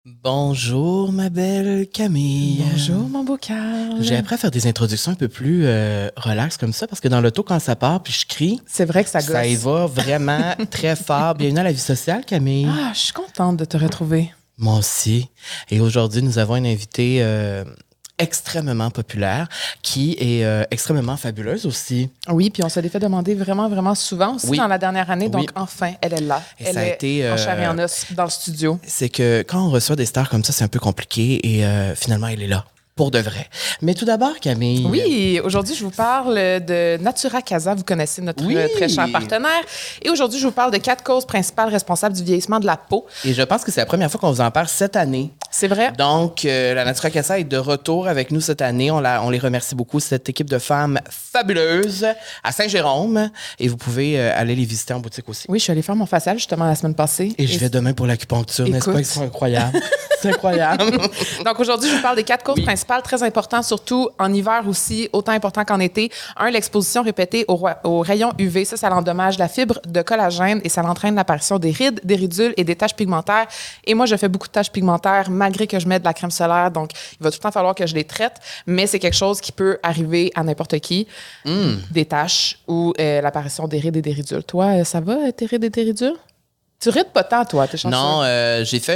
Bonjour, ma belle Camille. Bonjour, mon beau Carl. J'ai appris à faire des introductions un peu plus relax comme ça, parce que dans l'auto, quand ça part puis je crie, C'est vrai que ça gosse. ça y va vraiment très fort. Bienvenue à la vie sociale, Camille. Ah, je suis contente de te retrouver. Moi aussi. Et aujourd'hui, nous avons une invitée extrêmement populaire qui est extrêmement fabuleuse aussi. Oui, puis on se l'est fait demander vraiment, vraiment souvent aussi Oui. dans la dernière année. Oui. Donc, enfin, elle est là. Et elle ça a est été, en chair et en os dans le studio. C'est que quand on reçoit des stars comme ça, c'est un peu compliqué et finalement, elle est là. Pour de vrai. Mais tout d'abord, Camille. Oui, aujourd'hui, je vous parle de Natura Casa. Vous connaissez notre Oui. très cher partenaire. Et aujourd'hui, je vous parle de 4 causes principales responsables du vieillissement de la peau. Et je pense que c'est la première fois qu'on vous en parle cette année. C'est vrai? Donc, la Natura Casa est de retour avec nous cette année. On les remercie beaucoup, cette équipe de femmes fabuleuses à Saint-Jérôme. Et vous pouvez aller les visiter en boutique aussi. Oui, je suis allée faire mon facial justement la semaine passée. Et je vais demain pour l'acupuncture, n'est-ce pas? Écoute. Ils sont incroyables. C'est incroyable. Donc aujourd'hui, je vous parle des 4 causes principales très importantes, surtout en hiver aussi, autant important qu'en été. L'exposition répétée aux rayons UV. Ça l'endommage la fibre de collagène et ça entraîne l'apparition des rides, des ridules et des taches pigmentaires. Et moi, je fais beaucoup de taches pigmentaires malgré que je mette de la crème solaire. Donc, il va tout le temps falloir que je les traite. Mais c'est quelque chose qui peut arriver à n'importe qui. Des taches ou l'apparition des rides et des ridules. Toi, ça va, tes rides et tes ridules? Tu rides pas tant, toi, t'es chanceux. Non, j'ai fait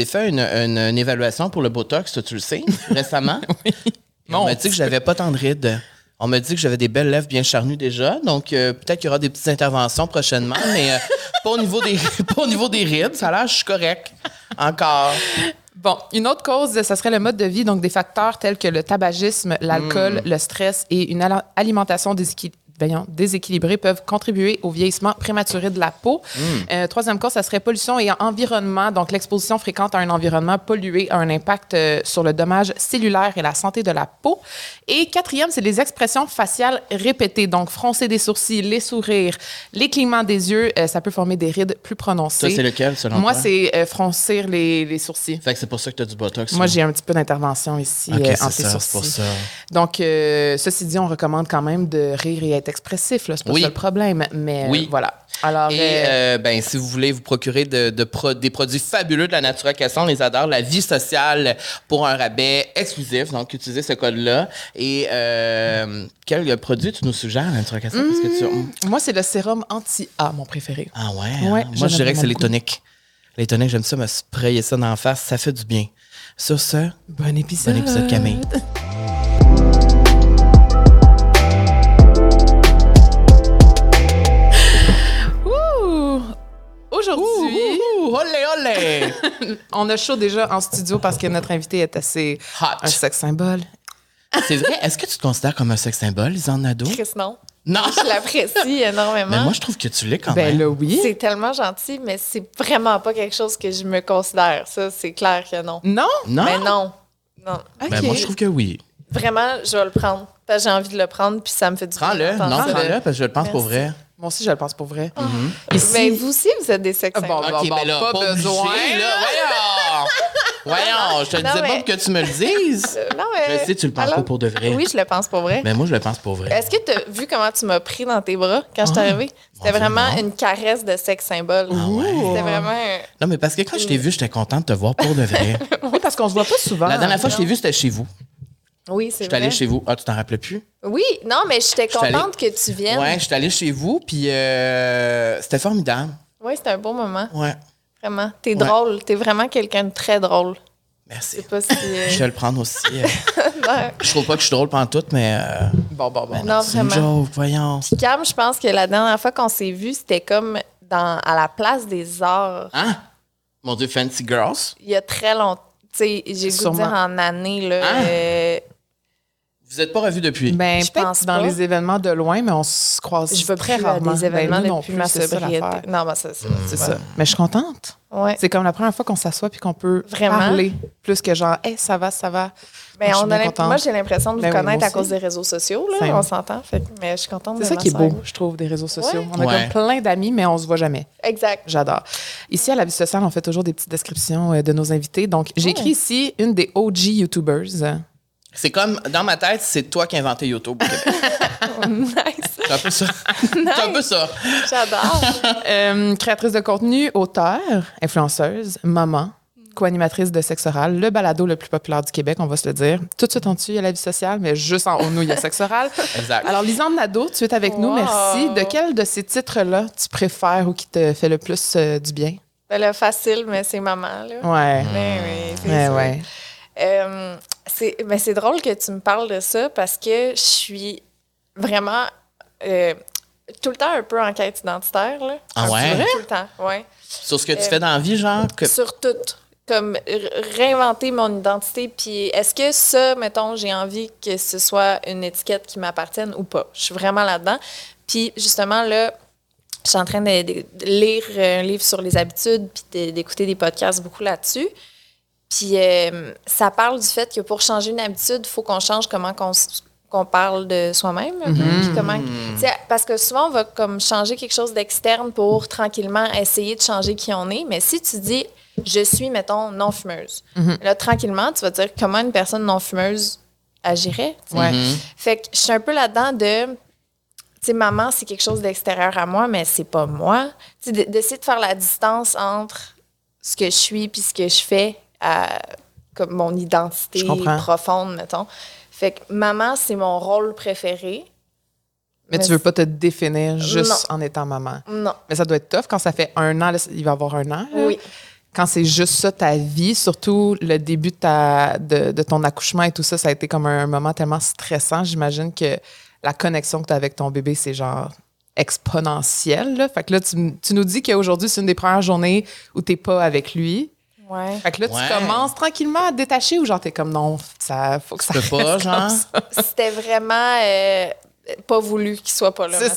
une évaluation pour le Botox, tu le sais, récemment. Et on m'a dit que j'avais pas tant de rides. On m'a dit que j'avais des belles lèvres bien charnues déjà. Donc, peut-être qu'il y aura des petites interventions prochainement, mais pas au niveau des rides. Ça a l'air, je suis correct. Encore. Bon, une autre cause, ça serait le mode de vie, donc des facteurs tels que le tabagisme, l'alcool, le stress et une alimentation déséquilibrés peuvent contribuer au vieillissement prématuré de la peau. Troisième cause, ça serait pollution et environnement. Donc, l'exposition fréquente à un environnement pollué a un impact sur le dommage cellulaire et la santé de la peau. Et quatrième, c'est les expressions faciales répétées. Donc, froncer des sourcils, les sourires, les clignements des yeux, ça peut former des rides plus prononcées. Ça, c'est lequel, selon Moi, toi? c'est froncir les sourcils. Fait que c'est pour ça que tu as du Botox. Moi, là. j'ai un petit peu d'intervention ici OK, entre c'est les ça, sourcils. c'est pour ça. Donc, ceci dit, on recommande quand même de rire et être expressif. Là. C'est pas Oui. ça le problème. Mais Oui. voilà. Alors, Et si vous voulez vous procurer des produits fabuleux de la Natura Casa, on les adore. La vie sociale pour un rabais exclusif. Donc, utilisez ce code-là. Et quel produit tu nous suggères, la Natura Casa? Parce que tu... moi, c'est le sérum anti-A, mon préféré. Ah ouais? Ouais, Hein? j'en Moi, je aime dirais que c'est les beaucoup. toniques. Les toniques, j'aime ça, me sprayer ça dans la face. Ça fait du bien. Sur ce, Bon épisode. bon épisode, Camille. Ouh! Aujourd'hui, Olé, olé! on a chaud déjà en studio parce que notre invité est assez Hot. un sex symbole. C'est vrai? Est-ce que tu te considères comme un sex symbole, Lisanne Nadeau? Chris, non. Non! Je l'apprécie énormément. Mais moi, je trouve que tu l'es quand Ben même. là, oui. C'est tellement gentil, mais c'est vraiment pas quelque chose que je me considère. Ça, c'est clair que non. Non? Non? Mais non. Non. OK. Ben, moi, je trouve que oui. Vraiment, je vais le prendre. Parce que j'ai envie de le prendre, puis ça me fait du bien. Prends-le. d'entendre Non, ça. prends-le, parce que je le pense pour Merci. vrai. Moi aussi, je le pense pour vrai. Mm-hmm. Ici, Mais vous aussi, vous êtes des sex Ah, bon, symboles. bon. mais là, pas obligé, besoin, là. Voyons, je te le Non, disais pas mais- pour que tu me le dises. Non, mais... Je sais, tu le penses Alors? pas pour de vrai. Oui, je le pense pour vrai. Mais moi, je le pense pour vrai. Est-ce que tu as vu comment tu m'as pris dans tes bras quand je suis arrivée? C'était Bon, vraiment non. une caresse de sex symbole. Ah ouais? C'était vraiment... Non, mais parce que quand je t'ai vu, j'étais contente de te voir pour de vrai. oui, parce qu'on se voit pas souvent. La dernière fois que je t'ai vu, c'était chez vous. Oui, c'est J'étais vrai. allée chez vous. Ah, tu t'en rappelais plus? Oui, non, mais j'étais J'étais allée- contente que tu viennes. Ouais, j'étais allée chez vous, puis c'était formidable. Oui, c'était un beau moment. Ouais. Vraiment. T'es Ouais. drôle. T'es vraiment quelqu'un de très drôle. Je Merci. sais pas si... Je vais le prendre aussi. Non, Je trouve pas que je suis drôle pantoute, mais Bon. non, c'est une vraiment. joke, voyons. Puis Cam, je pense que la dernière fois qu'on s'est vu, c'était comme à la place des arts. Hein? Mon Dieu, Fancy Girls? Il y a très longtemps. Tu sais, j'ai le goût de Sûrement. dire en année, là. Hein? Vous êtes pas revus depuis? Ben, Je peut-être pense dans pas. les événements de loin, mais on se croise Je veux très plus à rarement. des événements Ben, nous non depuis plus, ma c'est ça sobriété. l'affaire. Non, ben ça, c'est... C'est ça. Mais je suis contente. Ouais. C'est comme la première fois qu'on s'assoit puis qu'on peut Vraiment? parler plus que genre, hey, ça va, ça va. Ben, je suis bien moi, contente. j'ai l'impression de vous Ben oui, connaître moi à cause aussi. des réseaux sociaux, là. Same. On s'entend. Mais je suis contente de C'est ça qui est m'asseoir beau, je trouve, des réseaux sociaux. Ouais. On a Ouais. comme plein d'amis, mais on se voit jamais. Exact. J'adore. Ici, à la vie sociale, on fait toujours des petites descriptions de nos invités. Donc, j'ai écrit ici une des OG YouTubers. C'est comme, dans ma tête, c'est toi qui as inventé YouTube au Québec. Nice. C'est un peu ça. C'est un peu ça. J'adore. Créatrice de contenu, auteure, influenceuse, maman, co-animatrice de Sexe Oral, le balado le plus populaire du Québec, on va se le dire. Tout de suite en dessus, il y a la vie sociale, mais juste en haut, nous, il y a Sexe Oral. Exact. Alors, Lisanne Nadeau, tu es avec nous, merci. De quel de ces titres-là tu préfères ou qui te fait le plus du bien? Ben là, facile, mais c'est maman, là. Ouais. Mais c'est drôle que tu me parles de ça parce que je suis vraiment tout le temps un peu en quête identitaire, là. Ah ouais? Tout le temps, ouais. Sur ce que tu fais dans la vie, genre? Sur tout. Comme réinventer mon identité. Puis est-ce que ça, mettons, j'ai envie que ce soit une étiquette qui m'appartienne ou pas? Je suis vraiment là-dedans. Puis justement, là, je suis en train de lire un livre sur les habitudes puis d'écouter des podcasts beaucoup là-dessus. Puis ça parle du fait que pour changer une habitude, il faut qu'on change comment qu'on parle de soi-même. Puis comment, parce que souvent, on va comme changer quelque chose d'externe pour tranquillement essayer de changer qui on est. Mais si tu dis « je suis, mettons, non-fumeuse là, tranquillement, tu vas dire comment une personne non-fumeuse agirait. Fait que je suis un peu là-dedans de... Tu sais, maman, c'est quelque chose d'extérieur à moi, mais c'est pas moi. Tu sais, d'essayer de faire la distance entre ce que je suis puis ce que je fais comme mon identité profonde, mettons. Fait que maman, c'est mon rôle préféré. Mais tu veux pas te définir juste en étant maman. Non. Mais ça doit être tough quand ça fait 1 an, là, il va y avoir 1 an. Là. Oui. Quand c'est juste ça, ta vie, surtout le début de ton accouchement et tout ça, ça a été comme un moment tellement stressant. J'imagine que la connexion que tu as avec ton bébé, c'est genre exponentielle. Là. Fait que là, tu nous dis qu'aujourd'hui, c'est une des premières journées où tu n'es pas avec lui. Ouais. Fait que là, tu commences tranquillement à te détacher ou genre, t'es comme non, ça faut que ça reste pas, genre? C'était vraiment pas voulu qu'il soit pas là. C'est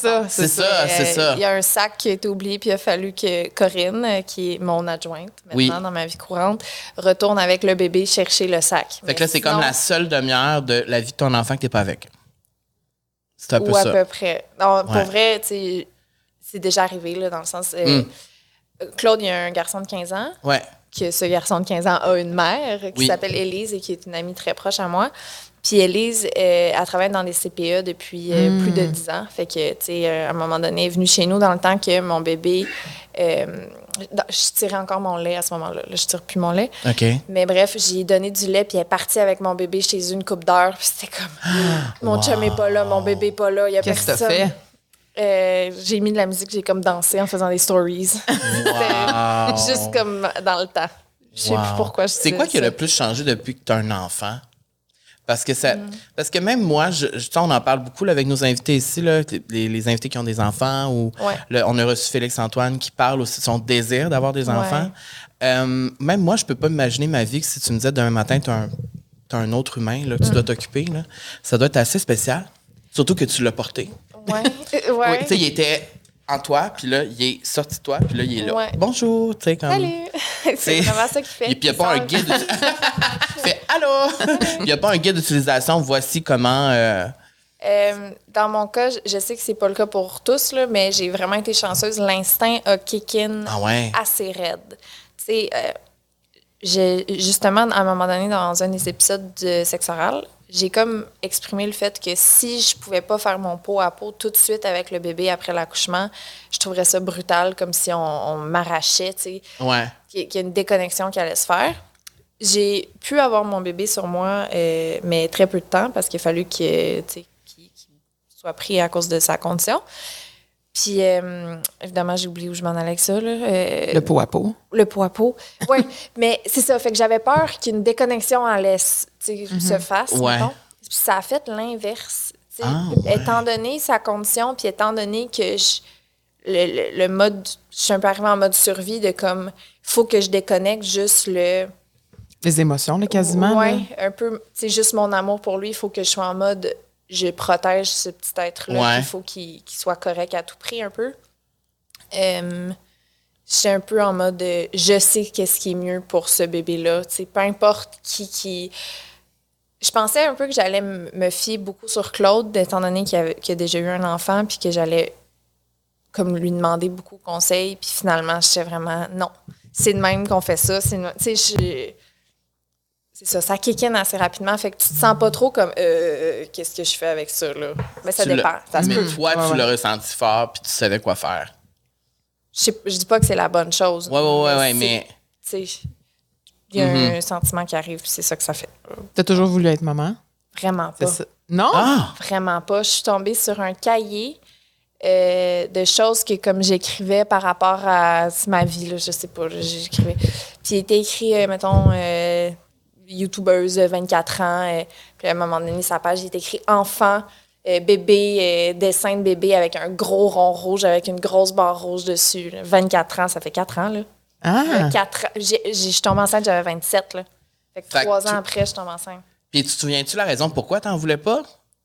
ça. Il y a un sac qui a été oublié, puis il a fallu que Corinne, qui est mon adjointe maintenant dans ma vie courante, retourne avec le bébé chercher le sac. Fait que là, c'est comme la seule demi-heure de la vie de ton enfant que t'es pas avec. C'est un peu ça. Ou à peu près. Non, pour vrai, tu sais, c'est déjà arrivé, là, dans le sens... Claude, il y a un garçon de 15 ans. Ouais. Que ce garçon de 15 ans a une mère qui s'appelle Élise et qui est une amie très proche à moi. Puis Élise, elle travaille dans des CPE depuis plus de 10 ans. Fait que, tu sais, à un moment donné, elle est venue chez nous dans le temps que mon bébé... je tirais encore mon lait à ce moment-là. Là, je tire plus mon lait. OK. Mais bref, j'ai donné du lait, puis elle est partie avec mon bébé chez une couple d'heures. Puis c'était comme, mon chum est pas là, mon bébé est pas là, il y a Qu'est-ce personne. que t'as fait? J'ai mis de la musique, j'ai comme dansé en faisant des stories. C'était juste comme dans le temps. Je sais plus pourquoi je C'est quoi qui a le plus changé depuis que tu as un enfant? Parce que même moi, on en parle beaucoup là, avec nos invités ici, là, les invités qui ont des enfants. Ou on a reçu Félix-Antoine qui parle aussi de son désir d'avoir des enfants. Même moi, je peux pas imaginer ma vie que si tu me disais demain matin, tu as un autre humain là, que tu dois t'occuper. Là, ça doit être assez spécial. Surtout que tu l'as porté. Oui, tu sais, il était en toi, puis là, il est sorti de toi, puis là, il est là. Ouais. Bonjour, tu sais, comme... Salut! C'est vraiment ça qu'il fait. Et puis, il n'y a pas un guide... Il fait « Allô! » Il n'y a pas un guide d'utilisation. Voici comment... Dans mon cas, je sais que c'est pas le cas pour tous, là, mais j'ai vraiment été chanceuse. L'instinct a kick-in assez raide. Tu sais, justement, à un moment donné, dans un des épisodes de Sexe Oral, j'ai comme exprimé le fait que si je pouvais pas faire mon pot à pot tout de suite avec le bébé après l'accouchement, je trouverais ça brutal, comme si on m'arrachait, tu sais. Ouais. Qu'il y a une déconnexion qui allait se faire. J'ai pu avoir mon bébé sur moi, mais très peu de temps, parce qu'il a fallu qu'il soit pris à cause de sa condition. Puis, évidemment, j'ai oublié où je m'en allais avec ça. Là. Le pot à pot. Le pot à pot. Oui, mais c'est ça. Fait que j'avais peur qu'une déconnexion en laisse se fasse. Ouais. Puis ça a fait l'inverse. Étant donné sa condition, puis étant donné que le mode... Je suis un peu arrivée en mode survie de comme... Il faut que je déconnecte juste le... Les émotions, là, quasiment. Oui, un peu. C'est juste mon amour pour lui. Il faut que je sois en mode... Je protège ce petit être-là. Il faut qu'il soit correct à tout prix, un peu. Je suis un peu en mode... je sais qu'est-ce qui est mieux pour ce bébé-là. Peu importe qui... Je pensais un peu que j'allais me fier beaucoup sur Claude, étant donné qu'il a déjà eu un enfant, puis que j'allais comme lui demander beaucoup de conseils. Puis finalement, je sais vraiment... Non, c'est de même qu'on fait ça. C'est ça, ça kick-in assez rapidement. Fait que tu te sens pas trop comme qu'est-ce que je fais avec ça, là. Mais ça dépend. Mais toi, tu l'as ressenti fort puis tu savais quoi faire. Je dis pas que c'est la bonne chose. Ouais, mais... il y a un sentiment qui arrive, puis c'est ça que ça fait. T'as toujours voulu être maman? Vraiment C'est pas. ça. Non? Vraiment pas. Je suis tombée sur un cahier de choses que comme j'écrivais par rapport à ma vie, là, je sais pas, j'écrivais. Puis il était écrit, mettons, YouTubeuse, 24 ans. Puis à un moment donné, sa page, il était écrit enfant, bébé, dessin de bébé avec un gros rond rouge, avec une grosse barre rouge dessus. Là. 24 ans, ça fait 4 ans, là. 4 ans. Je suis tombée enceinte, j'avais 27, là. Fait que 3 ans après, je tombe enceinte. Puis tu te souviens-tu la raison pourquoi t'en voulais pas?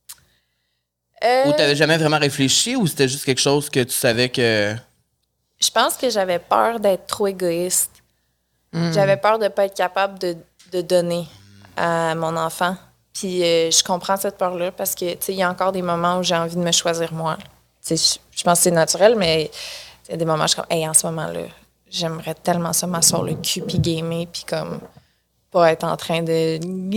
Ou t'avais jamais vraiment réfléchi ou c'était juste quelque chose que tu savais que... Je pense que j'avais peur d'être trop égoïste. J'avais peur de ne pas être capable de donner à mon enfant. Puis je comprends cette peur-là parce que, tu sais, il y a encore des moments où j'ai envie de me choisir moi. Tu sais, je pense que c'est naturel, mais il y a des moments où je suis comme, hey, en ce moment-là, j'aimerais tellement ça m'asseoir le cul puis gamer puis comme pas être en train de...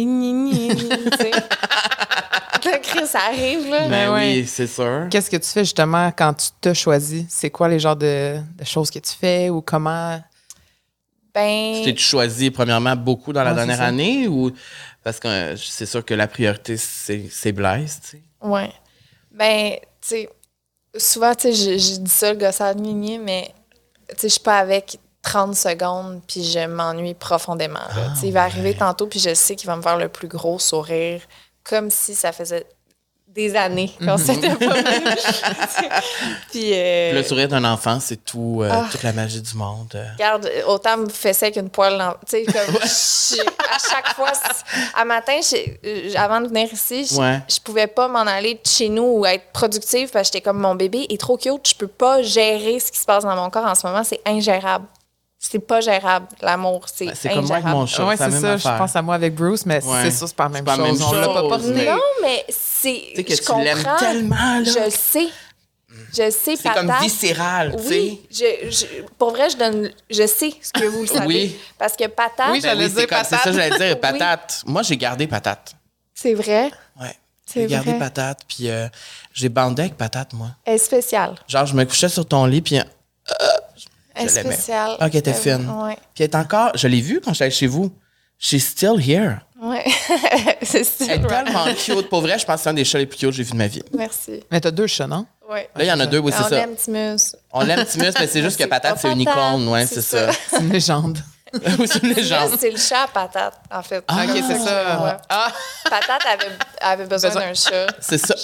tu sais. Le cri, ça arrive, là. Ben oui, ouais. c'est sûr. Qu'est-ce que tu fais justement quand tu te choisis? C'est quoi les genres de choses que tu fais ou comment? Ben... Tu t'es choisi premièrement beaucoup dans la Ouais, dernière c'est ça. année ou... Parce que c'est sûr que la priorité, c'est Blaise, tu sais. Ouais. Ben, tu sais, souvent, tu sais, je dis ça, le gossage mignon, mais tu sais, je suis pas avec 30 secondes, puis je m'ennuie profondément. Là. Tu sais, il va arriver tantôt, puis je sais qu'il va me faire le plus gros sourire, comme si ça faisait des années qu'on s'était pas vu. Puis, Le sourire d'un enfant, c'est tout, toute la magie du monde. regarde, autant me fesser qu'une poêle. Tu sais, comme à chaque fois, à matin, avant de venir ici, je pouvais pas m'en aller de chez nous ou être productive parce que j'étais comme mon bébé est trop cute. Je peux pas gérer ce qui se passe dans mon corps en ce moment. C'est ingérable. C'est pas gérable. L'amour, c'est ingérable. Comme moi avec mon chat. Oui, c'est c'est ça. Je pense à moi avec Bruce, mais c'est sûr, c'est pas la même chose. On l'a pas porté. Non, mais c'est. Tu sais que je tu l'aimes comprends. tellement, là. Je le sais. Je sais, C'est patate. comme viscéral, tu sais. Oui, pour vrai, je sais ce que vous le savez. Oui. Parce que patate, Oui, j'allais dire c'est patate. ça, j'allais dire, Oui. patate. Moi, j'ai gardé patate. c'est vrai. Ouais. C'est J'ai gardé vrai. patate, puis j'ai bandé avec patate, moi. Elle est spéciale. Genre, je me couchais sur ton lit, puis Elle est je l'aimais. spéciale. Ah, qu'elle était fine. Ouais. Puis elle est encore, je l'ai vue quand j'allais chez vous. She's still here. Ouais. c'est style. Elle est tellement cute. Pour vrai, je pense que c'est un des chats les plus cute que j'ai vu de ma vie. Merci. Mais t'as 2 chats, non? Ouais. Là, il y en a 2, oui, c'est On ça. aime Timus. On l'aime Timus, mais c'est juste que C'est patate, pas c'est une patate, icône, ouais, c'est ça. C'est une légende. Oui, c'est une légende. Timus, c'est le chat à patate, en fait. Ah, OK, c'est ça. Ouais. Ah! Patate avait besoin d'un chat. C'est ça.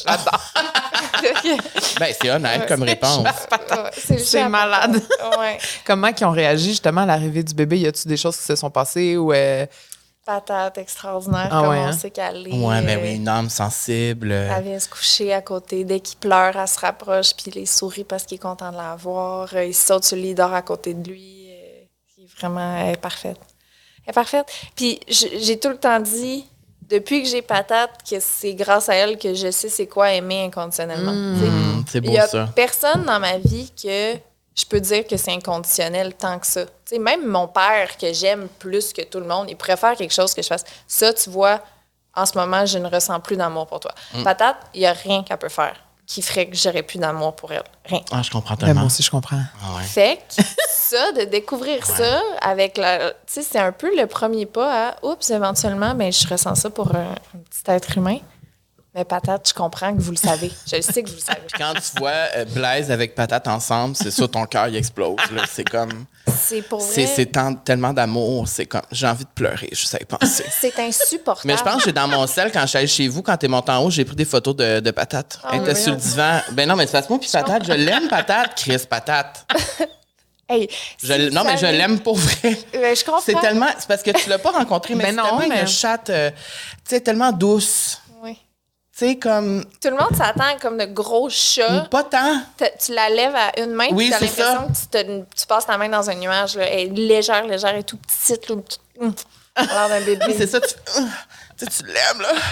Ben, c'est honnête comme réponse. Ouais, c'est le C'est chat à malade. patate. Ouais. Comment ils ont réagi justement à l'arrivée du bébé? Y a-tu des choses qui se sont passées ou... Patate extraordinaire, Ah comme ouais, on hein? sait qu'elle est. Ouais, ben oui, une âme sensible. Elle vient se coucher à côté. Dès qu'il pleure, elle se rapproche, puis il sourit parce qu'il est content de la voir. Il saute sur le lit, il dort à côté de lui. Elle est parfaite. Elle est parfaite. Puis j'ai tout le temps dit, depuis que j'ai patate, que c'est grâce à elle que je sais c'est quoi aimer inconditionnellement. C'est Il beau, y a ça. personne dans ma vie que je peux dire que c'est inconditionnel tant que ça. T'sais, même mon père, que j'aime plus que tout le monde, il préfère quelque chose que je fasse. Ça, tu vois, en ce moment, je ne ressens plus d'amour pour toi. Patate, il n'y a rien qu'elle peut faire qui ferait que j'aurais plus d'amour pour elle. Rien. Ah, je comprends Ben, tellement. moi aussi, je comprends. Ah, ouais. Fait que ça, de découvrir ça avec la... Tu sais, c'est un peu le premier pas à... Oups, éventuellement, ben, je ressens ça pour un petit être humain. Mais patate, je comprends que vous le savez. Je le sais que vous le savez. Quand tu vois Blaise avec patate ensemble, c'est sûr, ton cœur, il explose. Là. C'est comme... C'est pour vrai... C'est tellement d'amour. C'est comme... J'ai envie de pleurer, je sais pas penser. C'est insupportable. Mais je pense que j'ai dans mon sel, quand je suis allée chez vous, quand t'es monté en haut, j'ai pris des photos de patate. Elle était sur le divan. Ben non, mais c'est parce que moi, puis patate, je l'aime, patate, Chris, patate. Hey, Non, mais je l'aime pour vrai. Ben, je comprends. C'est tellement... C'est parce que tu l'as pas rencontré, mais Ben c'est non, tellement mais- une chatte, tu sais, tellement douce. Oui. Tu sais, comme... Tout le monde s'attend comme de gros chats. Pas tant. Tu la lèves à une main, Oui, puis t'as c'est l'impression que tu passes ta main dans un nuage. Là. Elle est légère et tout petite. Là, l'air d'un bébé. C'est ça, tu sais, tu l'aimes, là.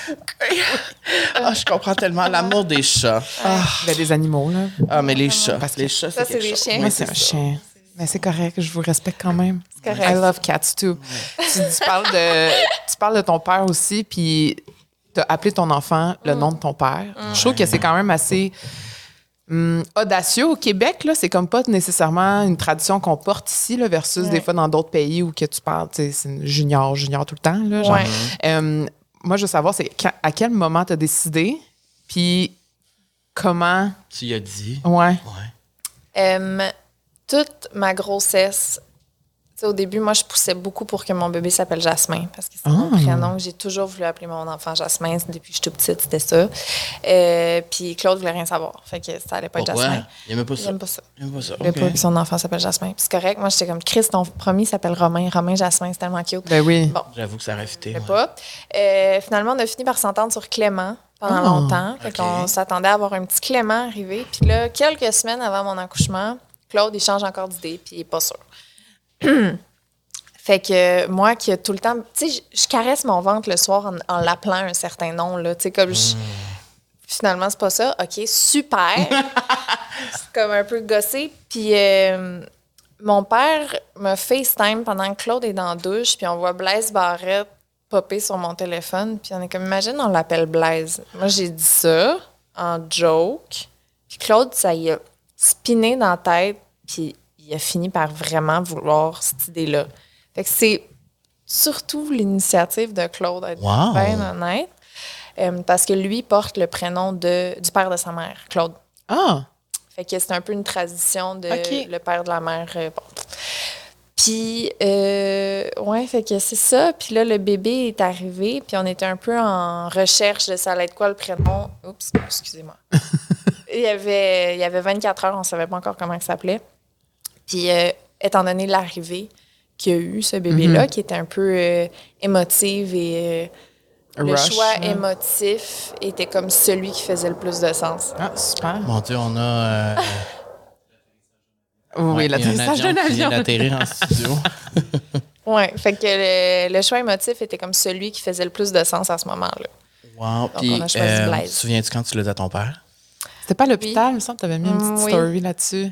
Ah, je comprends tellement l'amour des chats. Ben, des animaux, là. Ah, mais les chats. Parce que- Les chats, Ça, c'est c'est quelque des chose. chiens. Oui, Moi, c'est un chien. Mais c'est correct, je vous respecte quand même. C'est correct. I love cats too. Tu parles de ton père aussi, puis tu as appelé ton enfant le nom de ton père. Je trouve que c'est quand même assez audacieux au Québec, là, c'est comme pas nécessairement une tradition qu'on porte ici, là, versus des fois dans d'autres pays où que tu parles, tu sais, c'est junior tout le temps, là, genre. Moi, je veux savoir, c'est à quel moment tu as décidé, puis comment... Tu y as dit. Ouais. Toute ma grossesse, tu sais, au début, moi, je poussais beaucoup pour que mon bébé s'appelle Jasmin, parce que c'est mon prénom que j'ai toujours voulu appeler mon enfant Jasmin. Depuis que je suis toute petite, c'était ça. Puis Claude voulait rien savoir. Fait que ça allait pas être Jasmin. Il aimait pas ça. Il aime pas ça. Il aime pas ça. Il voulait pas que son enfant s'appelle Jasmin. Puis c'est correct. Moi, j'étais comme, Chris, ton premier s'appelle Romain. Romain Jasmin, c'est tellement cute. Ben oui. Bon. J'avoue que ça aurait fité. Pas. Finalement, on a fini par s'entendre sur Clément pendant longtemps. Fait qu'on s'attendait à avoir un petit Clément arrivé. Puis là, quelques semaines avant mon accouchement, Claude, il change encore d'idée, puis il est pas sûr. Fait que moi, qui a tout le temps... Tu sais, je caresse mon ventre le soir en l'appelant un certain nom, là. Tu sais, comme... Finalement, c'est pas ça. OK, super. C'est comme un peu gossé. Puis mon père me FaceTime pendant que Claude est dans la douche, puis on voit Blaise Barrette popper sur mon téléphone, puis on est comme, imagine, on l'appelle Blaise. Moi, j'ai dit ça en joke. Puis Claude, ça y a spiné dans la tête, puis il a fini par vraiment vouloir cette idée-là. Fait que c'est surtout l'initiative de Claude, à être bien honnête, parce que lui porte le prénom du père de sa mère, Claude. Ah! Fait que c'est un peu une tradition de le père de la mère. Bon. Puis, fait que c'est ça. Puis là, le bébé est arrivé, puis on était un peu en recherche de ça allait être quoi le prénom. Oups, excusez-moi. il y avait 24 heures, on ne savait pas encore comment il s'appelait. Puis, étant donné l'arrivée qu'il y a eu, ce bébé-là, qui était un peu émotive et le choix émotif était comme celui qui faisait le plus de sens. Ah, super. Mon Dieu, on a... oui, l'atterrissage d'un avion. Qui vient d'atterrir en studio. Oui, fait que le choix émotif était comme celui qui faisait le plus de sens à ce moment-là. Wow. Puis, on a choisi Blaise. te souviens-tu quand tu l'as dit à ton père? C'était pas à l'hôpital, il me semble que tu avais mis une petite story là-dessus.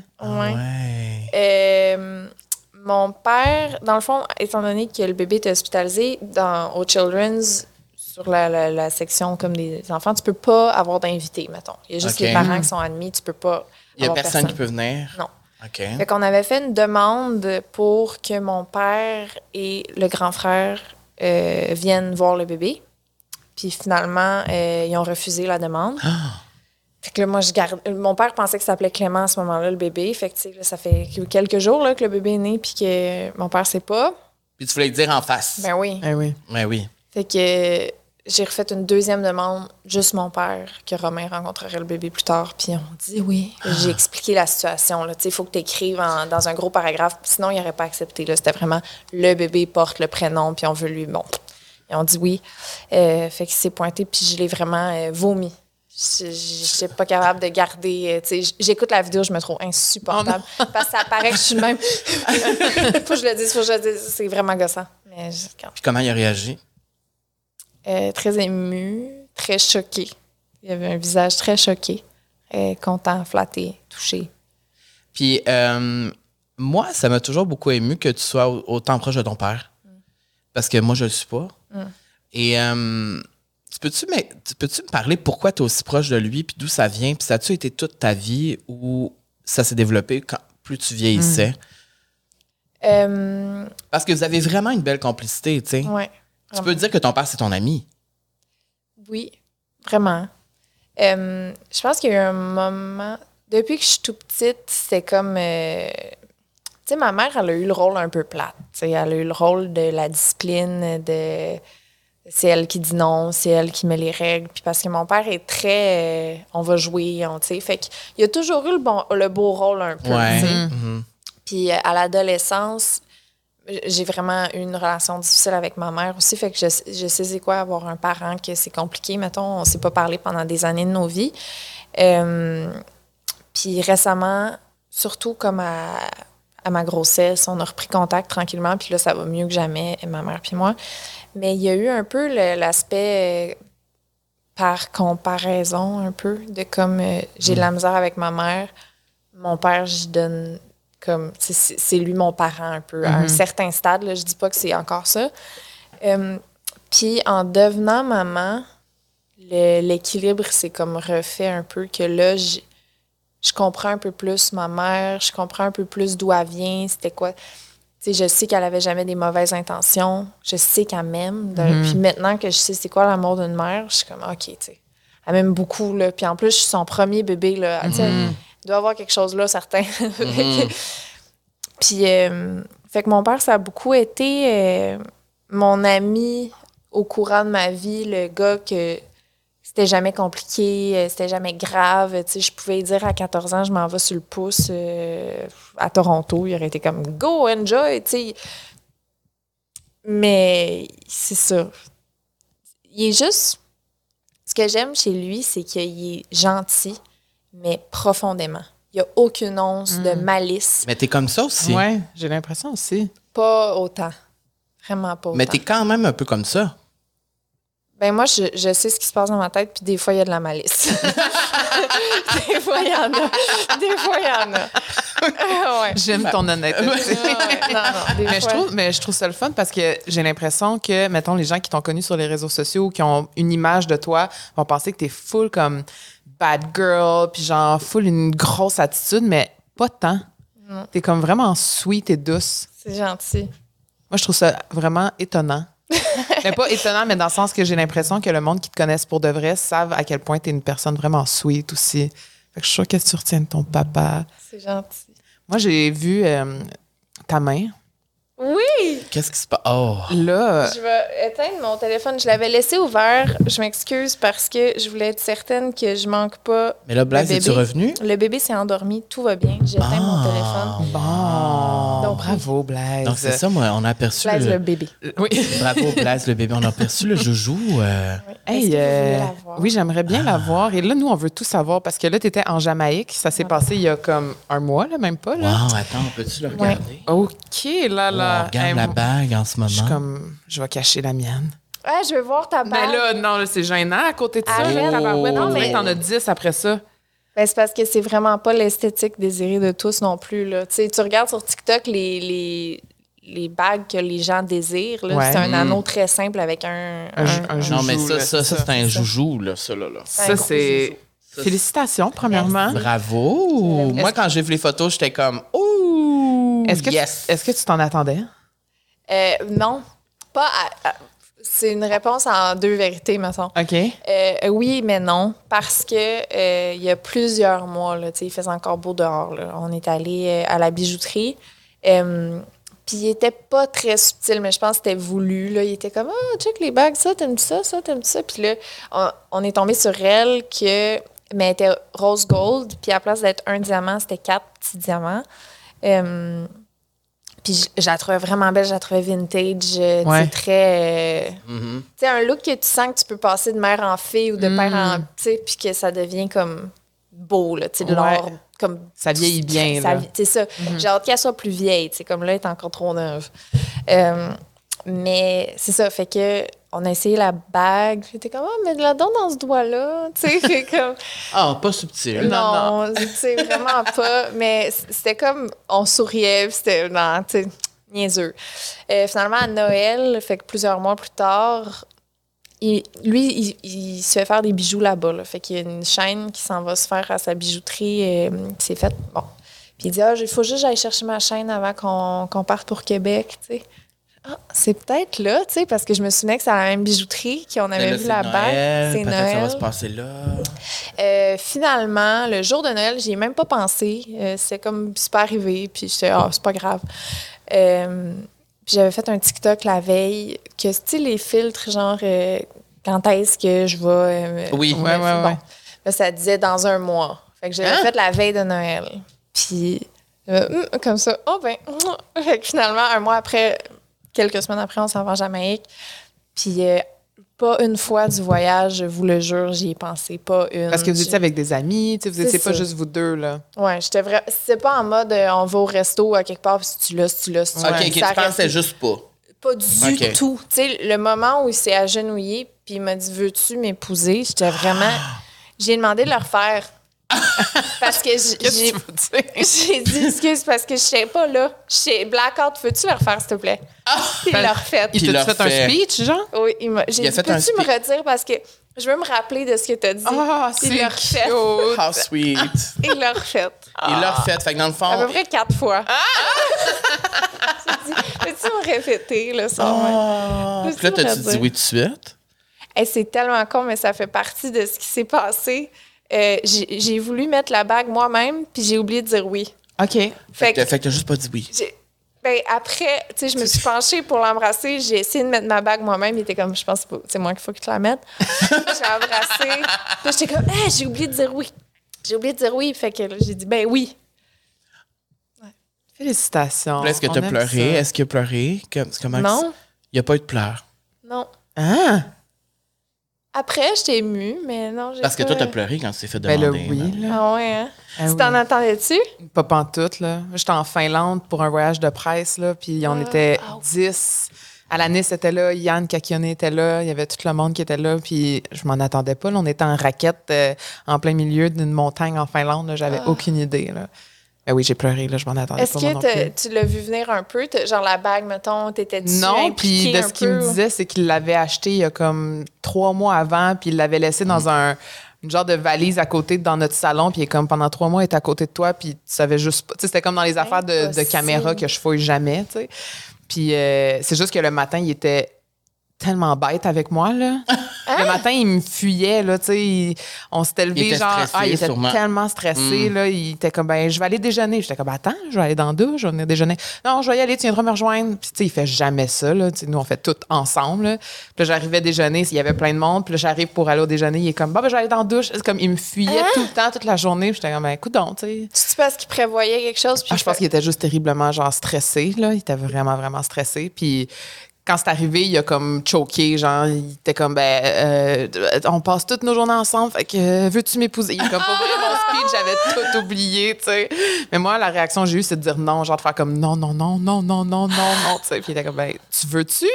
Ouais. Mon père, dans le fond, étant donné que le bébé était hospitalisé au Children's, sur la section comme des enfants, tu peux pas avoir d'invités, mettons. Il y a juste les parents qui sont admis, tu peux pas. Il y a personne qui peut venir? Non. OK. Fait qu'on avait fait une demande pour que mon père et le grand frère viennent voir le bébé. Puis finalement, ils ont refusé la demande. Fait que là, moi, mon père pensait que ça s'appelait Clément à ce moment-là, le bébé. Fait que, là, ça fait quelques jours là, que le bébé est né puis que mon père sait pas. Puis tu voulais le dire en face. Ben oui. Ben oui. Fait que j'ai refait une deuxième demande, juste mon père, que Romain rencontrerait le bébé plus tard. Puis on dit oui. J'ai expliqué la situation. Il faut que tu écrives dans un gros paragraphe. Sinon, il n'aurait pas accepté. Là. C'était vraiment le bébé porte le prénom, puis on veut lui. Bon. Et on dit oui. Fait qu'il s'est pointé, puis je l'ai vraiment vomi. Je n'étais pas capable de garder. J'écoute la vidéo, je me trouve insupportable. Parce que ça paraît que je suis même. Faut que je le dise, c'est vraiment gossant. Mais puis comment il a réagi? Très ému, très choqué. Il avait un visage très choqué, content, flatté, touché. Puis moi, ça m'a toujours beaucoup ému que tu sois autant proche de ton père. Parce que moi, je le suis pas. Et peux-tu me parler pourquoi tu es aussi proche de lui, puis d'où ça vient? Puis ça a-tu été toute ta vie ou ça s'est développé plus tu vieillissais? Parce que vous avez vraiment une belle complicité, tu sais. Ouais. Tu peux dire que ton père, c'est ton ami. Oui, vraiment. Je pense qu'il y a eu un moment... Depuis que je suis toute petite, c'était comme... tu sais, ma mère, elle a eu le rôle un peu plate. T'sais, elle a eu le rôle de la discipline, c'est elle qui dit non, c'est elle qui met les règles. Puis parce que mon père est très... on va jouer, tu sais. Fait qu'il y a toujours eu le beau rôle un peu, ouais. tu sais. Puis à l'adolescence... J'ai vraiment eu une relation difficile avec ma mère aussi, fait que je sais c'est quoi avoir un parent que c'est compliqué, mettons, on s'est pas parlé pendant des années de nos vies. Puis récemment, surtout comme à ma grossesse, on a repris contact tranquillement, puis là, ça va mieux que jamais, ma mère puis moi. Mais il y a eu un peu l'aspect par comparaison, un peu, de comme j'ai de la misère avec ma mère, mon père, j'y donne... comme c'est lui mon parent un peu, à un certain stade, là, je dis pas que c'est encore ça. Puis en devenant maman, l'équilibre s'est comme refait un peu, que là, je je comprends un peu plus ma mère, je comprends un peu plus d'où elle vient, c'était quoi. Tu sais, je sais qu'elle avait jamais des mauvaises intentions, je sais qu'elle m'aime. Puis maintenant que je sais c'est quoi l'amour d'une mère, je suis comme, OK, tu sais, elle m'aime beaucoup, là. Puis en plus, je suis son premier bébé, là. Tu sais, il doit y avoir quelque chose là, certain. Puis, fait que mon père, ça a beaucoup été mon ami au courant de ma vie, le gars que c'était jamais compliqué, c'était jamais grave. Tu sais, je pouvais dire à 14 ans, je m'en vais sur le pouce à Toronto. Il aurait été comme « Go, enjoy! » tu sais. Mais c'est ça. Il est juste... Ce que j'aime chez lui, c'est qu'il est gentil, mais profondément. Il n'y a aucune once de malice. Mais t'es comme ça aussi. Ouais, j'ai l'impression aussi. Pas autant. Vraiment pas autant. Mais t'es quand même un peu comme ça. Ben moi, je sais ce qui se passe dans ma tête, puis des fois, il y a de la malice. Des fois, il y en a. Des fois, il y en a. Ouais. J'aime ton honnêteté. Mais je trouve ça le fun parce que j'ai l'impression que, mettons, les gens qui t'ont connu sur les réseaux sociaux ou qui ont une image de toi vont penser que t'es full comme bad girl, puis genre full une grosse attitude, mais pas tant. T'es comme vraiment sweet et douce. C'est gentil. Moi, je trouve ça vraiment étonnant. Mais pas étonnant, mais dans le sens que j'ai l'impression que le monde qui te connaisse pour de vrai savent à quel point t'es une personne vraiment sweet aussi. Fait que je suis sûre que tu retiens de ton papa. C'est gentil. Moi, j'ai vu ta main. Oui! Qu'est-ce qui se passe? Oh! Là, Je vais éteindre mon téléphone. Je l'avais laissé ouvert. Je m'excuse parce que je voulais être certaine que je manque pas. Mais là, Blaise, es-tu revenu? Le bébé s'est endormi. Tout va bien. J'ai éteint mon téléphone. bon. Donc, Bravo, Blaise. Donc, c'est ça, moi, on a aperçu Blaise le bébé. Oui. Bravo, Blaise, le bébé. On a aperçu le joujou. Est-ce que vous voulez la voir? Oui, j'aimerais bien la voir. Et là, nous, on veut tout savoir parce que là, tu étais en Jamaïque. Ça s'est passé il y a comme un mois, là, même pas. Là. Wow, attends, peux-tu le regarder? OK, là, là. On regarde la bague en ce moment. Je vais cacher la mienne. Ah, je veux voir ta bague. Mais là, non, là, c'est gênant à côté de ça. Arrête. Tabarouette, Non, on dirait mais- que t'en as 10 après ça. Ben, c'est parce que c'est vraiment pas l'esthétique désirée de tous non plus. Là. Tu sais, tu regardes sur TikTok les bagues que les gens désirent. Là. Ouais. C'est un anneau très simple avec un joujou. Non, mais là, ça, c'est c'est un joujou, là, ça, là. un Ça, gros c'est... joujou. Félicitations, premièrement. Bravo! Moi, quand j'ai vu les photos, j'étais comme « Ouh! Est-ce que, yes! est-ce que tu t'en attendais? Non, pas c'est une réponse en deux vérités, mettons. OK. Oui, mais non, parce que il y a plusieurs mois, là, tu sais, il faisait encore beau dehors. Là. On est allé à la bijouterie. Puis il était pas très subtil, mais je pense que c'était voulu. Là. Il était comme « Ah, check les bagues, ça, t'aimes ça, ça, t'aimes ça. » Puis là, on est tombé sur elle mais elle était rose gold. Puis à la place d'être un diamant, c'était 4 petits diamants. Puis je la trouvais vraiment belle, je la trouvais vintage, Ouais. tu sais, très... Tu sais, un look que tu sens que tu peux passer de mère en fille ou de père en... Tu sais, puis que ça devient comme beau, là, tu sais, de Ouais. l'or, comme... Ça vieillit bien, là. C'est ça. J'ai hâte qu'elle soit plus vieille, tu sais, comme là, elle est encore trop neuve. Mais c'est ça, fait que on a essayé la bague, j'étais comme « Ah, mais là-dedans, dans ce doigt-là, tu sais, c'est comme... » Ah, pas subtil. Non, tu sais, vraiment pas. Mais c'était comme, on souriait, puis c'était, non, tu sais, niaiseux. Finalement, à Noël, fait que plusieurs mois plus tard, il se fait faire des bijoux là-bas. Là. Fait qu'il y a une chaîne qui s'en va se faire à sa bijouterie, qui s'est faite, bon. Puis il dit, il faut juste que j'aille chercher ma chaîne avant qu'on parte pour Québec, tu sais. Ah, c'est peut-être là, tu sais, parce que je me souvenais que c'est à la même bijouterie qu'on avait vu la bague. C'est Peut-être que ça va Noël. se passer là. Finalement, le jour de Noël, j'y ai même pas pensé. C'est comme, c'est pas arrivé, puis j'étais, c'est pas grave. Puis j'avais fait un TikTok la veille, que, tu sais, les filtres, genre, quand est-ce que je vais... Oui. Ouais. Bon, là, ça disait dans un mois. Fait que j'avais fait la veille de Noël. Puis, comme ça, Fait que finalement, un mois après, quelques semaines après, on s'en va en Jamaïque. Puis, pas une fois du voyage, je vous le jure, j'y ai pensé. Pas une. Parce que vous étiez avec des amis, tu sais, vous C'est étiez pas ça. juste vous deux, là. Ouais, j'étais vraiment. C'est pas en mode on va au resto à quelque part, puis si tu l'as, si tu l'as, si tu OK, l'as. OK, tu Ça pensais reste juste pas. pas du OK. tout. Tu sais, le moment où il s'est agenouillé, puis il m'a dit veux-tu m'épouser, j'étais vraiment. J'ai demandé de le refaire. Parce que Qu'est-ce que tu veux dire? j'ai dit excuse parce que je sais pas là. Blackout, veux-tu le refaire, s'il te plaît? Puis il l'a refait. Il Puis t'a il fait l'a un fait. speech, genre? Oui, Il j'ai a dit, fait un peux-tu me speech. redire parce que je veux me rappeler de ce que tu as dit. Ah, Puis c'est il l'a refait. cute. How sweet. Il l'a refait. Il l'a refait. Fait que dans le À peu fond... près 4 fois. J'ai dit, peux-tu me répéter, là, ça? Ah. Puis là, t'as-tu dit oui tout de suite? Hey, c'est tellement con, mais ça fait partie de ce qui s'est passé. J'ai voulu mettre la bague moi-même, puis j'ai oublié de dire oui. OK. Fait que, Fait que t'as juste pas dit oui. ben, après, tu sais, je me suis penchée pour l'embrasser. J'ai essayé de mettre ma bague moi-même. Il était comme, je pense que c'est moi qu'il faut que tu la mettes. J'ai embrassé. Puis j'étais comme, hey, j'ai oublié de dire oui. J'ai oublié de dire oui. Fait que là, j'ai dit, ben oui. Félicitations. Puis là, est-ce que On t'as aime pleuré? ça. Est-ce qu'il a pleuré? Comment Non, Il n'y a pas eu de pleurs. non. Ah! Après, j'étais émue, mais non, j'ai Parce que pas... toi, t'as pleuré quand tu t'es fait Ben demander. là, oui, là. Ah ouais, hein? Ah Tu oui. t'en attendais-tu? Pas pantoute, là. J'étais en Finlande pour un voyage de presse, là, puis on était 10. Alanis était là, Yann Kakione était là, il y avait tout le monde qui était là, puis je m'en attendais pas. Là. On était en raquette en plein milieu d'une montagne en Finlande, là. J'avais aucune idée, là. Ben oui, j'ai pleuré, là, je m'en attendais Est-ce pas, moi non que plus. tu l'as vu venir un peu? Genre la bague, mettons, t'étais dessus Non, puis de ce qu'il me peu? disait, c'est qu'il l'avait acheté il y a comme 3 mois avant, puis il l'avait laissé dans une genre de valise à côté dans notre salon, puis il est comme pendant 3 mois, il était à côté de toi, puis tu savais juste pas. Tu sais, c'était comme dans les affaires de Impossible. caméra que je fouille jamais, tu sais. Puis c'est juste que le matin, il était tellement bête avec moi, là. Le matin, il me fuyait, là, tu sais. On s'était levé, Il était genre... stressé, il était sûrement. tellement stressé, là. Il était comme, ben, je vais aller déjeuner. J'étais comme, attends, je vais aller dans la douche, je vais venir déjeuner. Non, je vais y aller, tu viendras me rejoindre. Puis, tu sais, il fait jamais ça, là. Tu sais, nous, on fait tout ensemble, là. Puis là, j'arrivais déjeuner, il y avait plein de monde. Puis là, j'arrive pour aller au déjeuner, il est comme, bon, ben, je vais aller dans la douche. C'est comme, il me fuyait tout le temps, toute la journée. Puis j'étais comme, ben, écoute donc, tu sais. C'est parce qu'il prévoyait quelque chose? Puis Je pense qu'il était juste terriblement, genre, stressé, là. Il était vraiment, vraiment stressé. Puis quand c'est arrivé, il a comme choqué, genre, il était comme, ben, on passe toutes nos journées ensemble, fait que veux-tu m'épouser? Il a comme pas vraiment mon speech, j'avais tout oublié, tu sais. Mais moi, la réaction que j'ai eue, c'est de dire non, genre de faire comme non, non, non, non, non, non, non, non, tu sais. Puis il était comme, ben, tu veux-tu?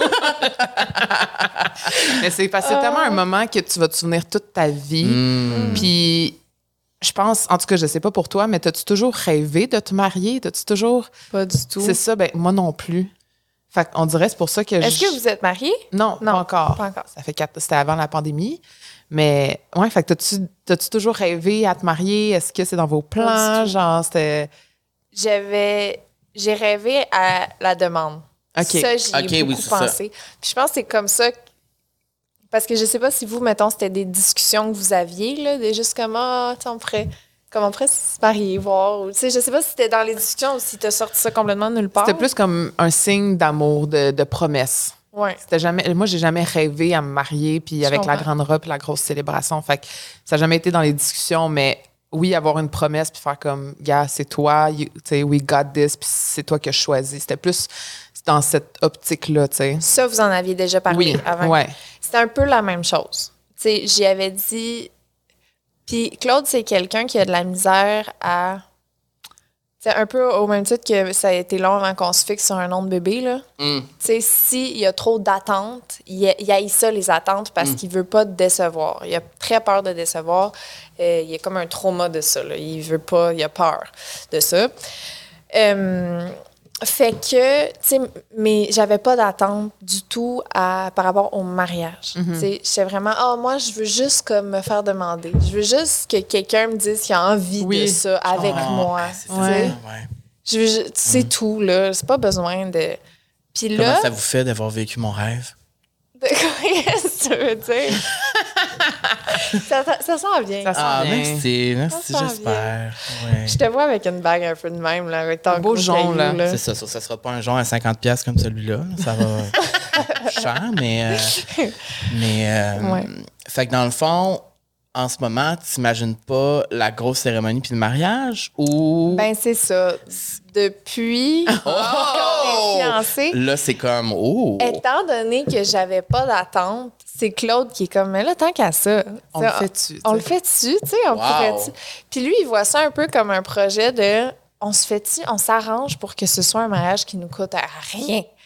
Mais c'est parce que c'est tellement un moment que tu vas te souvenir toute ta vie. Puis je pense, en tout cas, je sais pas pour toi, mais t'as-tu toujours rêvé de te marier? T'as-tu toujours... Pas du tout. C'est ça, ben moi non plus. Fait qu'on dirait, c'est pour ça que Est-ce que vous êtes mariés? Non, Non, pas encore. pas encore. Ça fait 4... C'était avant la pandémie. Mais, ouais, fait que t'as-tu toujours rêvé à te marier? Est-ce que c'est dans vos plans? Pas du tout. Genre, c'était... J'ai rêvé à la demande. OK. Ça, j'y ai OK, oui, beaucoup c'est ça. pensé. Puis je pense que c'est comme ça. Parce que je sais pas si vous, mettons, c'était des discussions que vous aviez, là, des juste comme, ah, tu sais, on pourrait se marier, voir. Tu sais, je sais pas si c'était dans les discussions ou si t'as sorti ça complètement de nulle part. C'était plus comme un signe d'amour, de promesse. Ouais. C'était jamais... Moi, j'ai jamais rêvé à me marier, puis avec la comprends. grande robe et la grosse célébration. Fait que ça n'a jamais été dans les discussions, mais oui, avoir une promesse, puis faire comme, gars, c'est toi, tu sais, we got this, puis c'est toi que je choisis. C'était plus dans cette optique-là, tu sais. Ça, vous en aviez déjà parlé Oui, avant. ouais. C'était un peu la même chose. Tu sais, j'y avais dit. Puis Claude, c'est quelqu'un qui a de la misère à. C'est un peu au même titre que ça a été long avant qu'on se fixe sur un nom de bébé, là. Tu sais, s'il y a trop d'attentes, il haït ça, les attentes, parce qu'il veut pas te décevoir. Il a très peur de décevoir. Il y a comme un trauma de ça, là. Il veut pas, il a peur de ça. Fait que, tu sais, mais j'avais pas d'attente du tout par rapport au mariage. Tu sais, j'étais vraiment, moi, je veux juste comme me faire demander. Je veux juste que quelqu'un me dise qu'il a envie de ça avec moi. C'est tu ça, sais. ouais. Je veux c'est tout, là. C'est pas besoin de. Puis là. Comment ça vous fait d'avoir vécu mon rêve? Qu'est-ce que tu veux dire? ça sent bien. Ça sent Ah, bien. merci, Ça sent j'espère. Ouais. Je te vois avec une bague un peu de même, là, avec ton beau gros jonc, caillou, là. C'est ça, ça sera pas un genre à 50$ comme celui-là. Ça va cher, mais... Ouais. Fait que dans le fond, en ce moment, tu n'imagines pas la grosse cérémonie puis le mariage ou... Ben, c'est ça. Depuis qu'on est fiancés, Là, c'est comme... Oh! étant donné que j'avais pas d'attente, c'est Claude qui est comme, mais là, tant qu'à ça. On tu le sais, fait-tu? On le fait-tu, tu sais, on Wow. pourrait-tu. Puis lui, il voit ça un peu comme un projet de, on se fait-tu, on s'arrange pour que ce soit un mariage qui nous coûte à rien.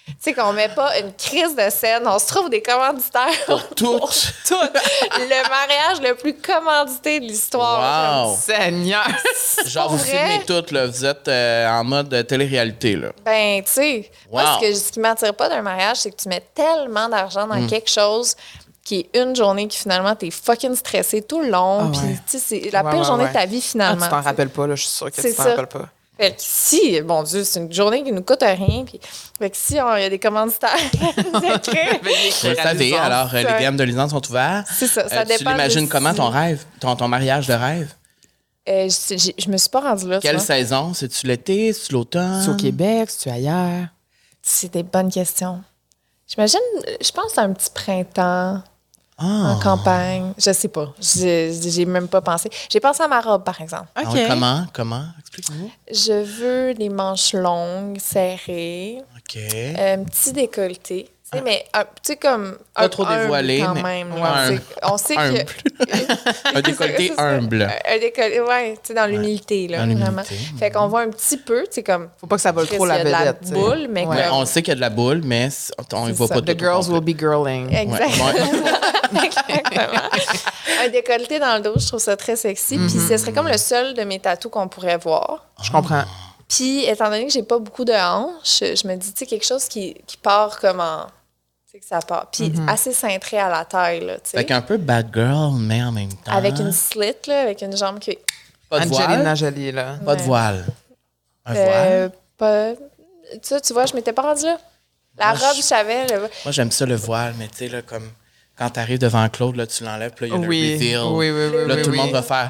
Tu sais, qu'on met pas une crise de scène, on se trouve des commanditaires Pour tout. Le mariage le plus commandité de l'histoire. Wow. Seigneur! Genre, vous vrai? filmez tout, là. Vous êtes en mode télé-réalité, là. Ben, tu sais, Wow. moi, ce qui m'attire pas d'un mariage, c'est que tu mets tellement d'argent dans quelque chose qui est une journée qui, finalement, t'es fucking stressé tout le long. Puis, ouais. tu sais, c'est la pire journée de ta vie, finalement. Tu t'en t'sais. rappelles pas, là, je suis sûre que C'est tu t'en ça. rappelles pas. Fait que si, bon Dieu, c'est une journée qui nous coûte rien. Puis, fait que si il y a des commanditaires, Vous le savez, alors, les DM de Lisande sont ouverts. c'est ça, ça Tu dépend. l'imagines comment, ton rêve? Ton mariage de rêve? Je me suis pas rendue là. Quelle tu vois. saison? C'est-tu l'été? C'est-tu l'automne? C'est au Québec, c'est-tu ailleurs? C'est des bonnes questions. J'imagine, je pense à un petit printemps Ah. en campagne. Je sais pas. J'ai même pas pensé. J'ai pensé à ma robe, par exemple. Ah ouais, comment? Explique-nous. Je veux des manches longues, serrées, OK. un petit décolleté. Tu sais, mais tu sais, comme. Pas trop humble dévoilé, quand mais même. ouais, là. humble. On sait Humble. que. Un décolleté C'est ça. humble. Un décolleté, ouais, tu sais, dans l'humilité, là, Dans l'humilité, vraiment. Fait qu'on voit un petit peu, tu sais, comme. Faut pas que ça vole trop Il y la a de la vedette. tu sais. boule, mais Ouais. comme. On sait qu'il y a de la boule, mais on ne voit ça. pas The tout. girls will be girling. Exactement. Ouais. Exactement. Un décolleté dans le dos, je trouve ça très sexy. Puis ce serait comme le seul de mes tatous qu'on pourrait voir. Je comprends. Puis, étant donné que j'ai pas beaucoup de hanches, je me dis, tu sais, quelque chose qui part comme en... Tu sais, que ça part. Puis assez cintré à la taille, là, tu sais. Fait qu'un peu bad girl, mais en même temps. Avec une slit, là, avec une jambe qui... Pas de Angelina voile. Jolie, là. Pas de voile. Un voile. Pas... Tu vois, je m'étais pas rendue là. La Moi, robe, je savais, là. Moi, j'aime ça, le voile, mais tu sais, là, comme quand t'arrives devant Claude, là, tu l'enlèves, puis là, il y a Oui. le reveal. Oui, Là, oui, tout le oui. monde va faire.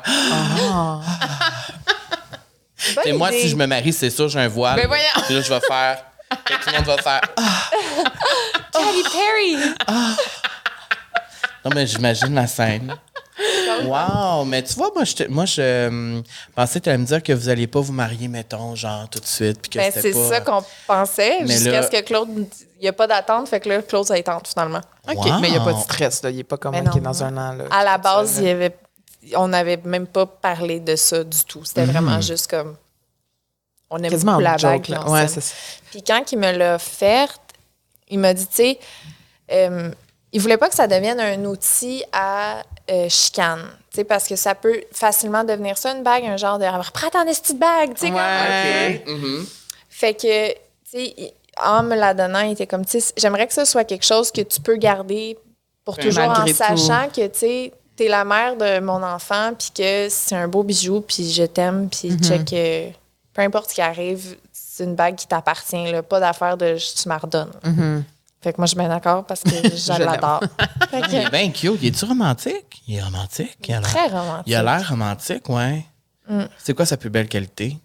Bonne Et moi, idée. si je me marie, c'est sûr, j'ai un voile. Ben voyons. Puis là, je vais faire. Puis tout le monde va faire. Katy Perry! Non, mais j'imagine la scène. Wow! Mais tu vois, je pensais que tu allais me dire que vous n'alliez pas vous marier, mettons, genre tout de suite. Puis que Ben, c'était c'est pas... ça qu'on pensait, Mais jusqu'à là- ce que Claude... Il n'y a pas d'attente, fait que là, Claude, ça y tente, finalement. OK, Wow. mais il n'y a pas de stress, là. Il n'est pas comme Mais OK, non. dans un an, là. À la tout ça, base, là. on n'avait même pas parlé de ça du tout. C'était vraiment juste comme... On aime Quasiment beaucoup la en joke, bague. puis là. on Ouais, s'aime. c'est ça. Puis quand il me l'a offerte, il m'a dit, tu sais, il voulait pas que ça devienne un outil à chicane. Tu sais, parce que ça peut facilement devenir ça, une bague, un genre de « reprends ton esti de bague », tu sais, Ouais. Mhm. Fait que, tu sais, en me la donnant, il était comme, tu sais, j'aimerais que ça soit quelque chose que tu peux garder pour toujours en Malgré tout. sachant que, tu sais, t'es la mère de mon enfant, puis que c'est un beau bijou, puis je t'aime, puis check, peu importe ce qui arrive, c'est une bague qui t'appartient, là, pas d'affaire de tu m'en redonnes. Fait que moi, je suis bien d'accord parce que je l'aime. l'adore. Fait Il est que, bien cute. Il est-tu romantique? Il est romantique. Il a l'air- très romantique. Il a l'air romantique, ouais. C'est quoi sa plus belle qualité?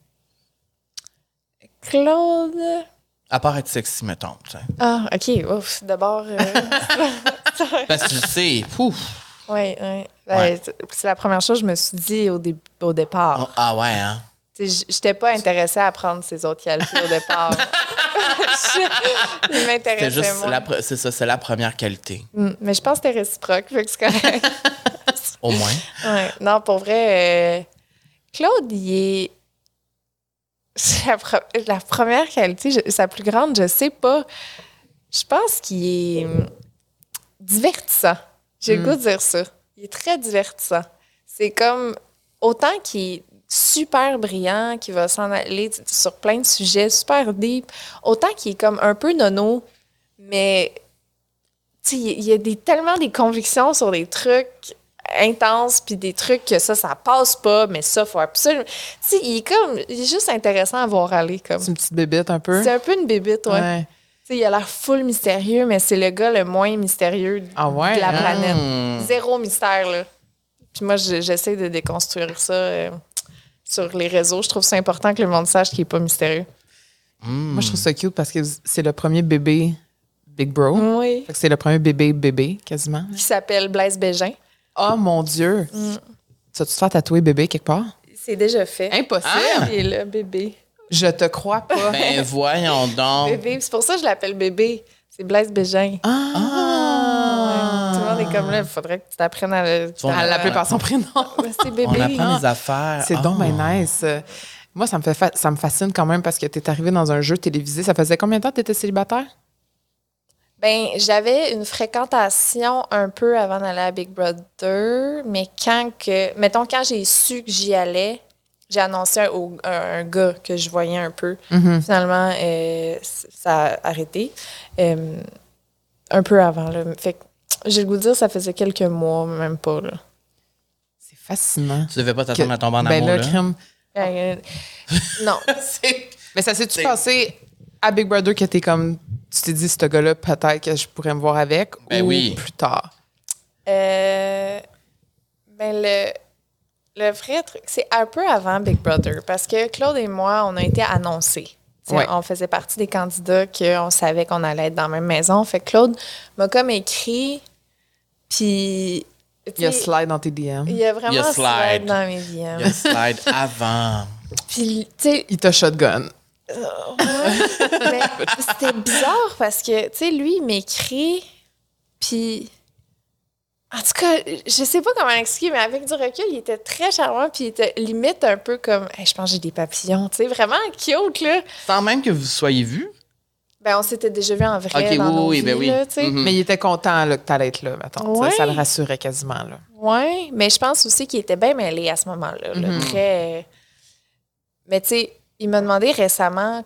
Claude. À part être sexy, mettons. Tu sais. Ah, OK. Ouf, d'abord. Parce que tu sais, pouf. Oui, oui. Ouais. C'est la première chose que je me suis dit au départ. Ah ouais, hein? Je n'étais pas intéressée à apprendre ces autres qualités au départ. Il C'est m'intéressait juste, moins. c'est ça, c'est la première qualité. Mais je pense que c'était réciproque, fait que c'est correct. Au moins. Ouais. Non, pour vrai, Claude, il est... c'est la première qualité, sa plus grande, je sais pas. Je pense qu'il est divertissant. J'ai le goût de dire ça. Il est très divertissant. C'est comme, autant qu'il est super brillant, qu'il va s'en aller sur plein de sujets, super deep, autant qu'il est comme un peu nono, mais tu sais, il y a tellement des convictions sur des trucs intenses, puis des trucs que ça passe pas, mais ça, faut absolument... Tu sais, il est juste intéressant à voir aller, comme. C'est une petite bébête un peu. C'est un peu une bébite, ouais. Ouais. Tu sais, il a l'air full mystérieux, mais c'est le gars le moins mystérieux Ah ouais, de la hein? planète. Zéro mystère, là. Puis moi, j'essaie de déconstruire ça sur les réseaux. Je trouve ça important que le monde sache qu'il n'est pas mystérieux. Moi, je trouve ça cute parce que c'est le premier bébé Big Bro. Oui. Fait que c'est le premier bébé, quasiment. Qui s'appelle Blaise Bégin. Oh mon Dieu! Tu vas-tu te faire tatouer bébé quelque part? C'est déjà fait. Impossible! Il est là, bébé. Je te crois pas. Ben voyons donc. Bébé. C'est pour ça que je l'appelle bébé. C'est Blaise Bégin. Ah! Tout le monde est comme là. Il faudrait que tu t'apprennes À l'appeler par son prénom. C'est bébé. On apprend des affaires. C'est donc bien nice. Moi, ça me fascine quand même parce que tu es arrivé dans un jeu télévisé. Ça faisait combien de temps que tu étais célibataire? Ben, j'avais une fréquentation un peu avant d'aller à Big Brother, mais mettons, quand j'ai su que j'y allais, j'ai annoncé un gars que je voyais un peu. Finalement, ça a arrêté. Un peu avant, là. Fait que, j'ai le goût de dire, ça faisait quelques mois, même pas, là. C'est fascinant. Tu devais pas t'attendre à tomber en amour, là. là. Non. Mais ça s'est-tu passé à Big Brother que tu t'es dit, ce gars-là, peut-être que je pourrais me voir avec, Ben ou oui. plus tard? Ben, le vrai truc, c'est un peu avant Big Brother, parce que Claude et moi, on a été annoncés. Ouais. On faisait partie des candidats qu'on savait qu'on allait être dans la même maison. Fait que Claude m'a comme écrit, puis... Il y a slide dans tes DM. Il y a vraiment Il y a slide dans mes DM. Il y a slide avant. Puis, tu sais... Il t'a shotgun. Mais c'était bizarre parce que, tu sais, lui, il m'écrit, puis... En tout cas, je sais pas comment l'expliquer, mais avec du recul, il était très charmant, puis il était limite un peu comme hey, « je pense que j'ai des papillons », tu sais, vraiment cute, là. Sans même que vous soyez vus? Ben, on s'était déjà vu en vrai Ok, dans nos oui, vies, ben oui. là, tu sais. Mais il était content là, que t'allais être là, mettons. Ouais. Ça le rassurait quasiment, là. Oui, mais je pense aussi qu'il était bien mêlé à ce moment-là. Là, très... Mais tu sais, il m'a demandé récemment,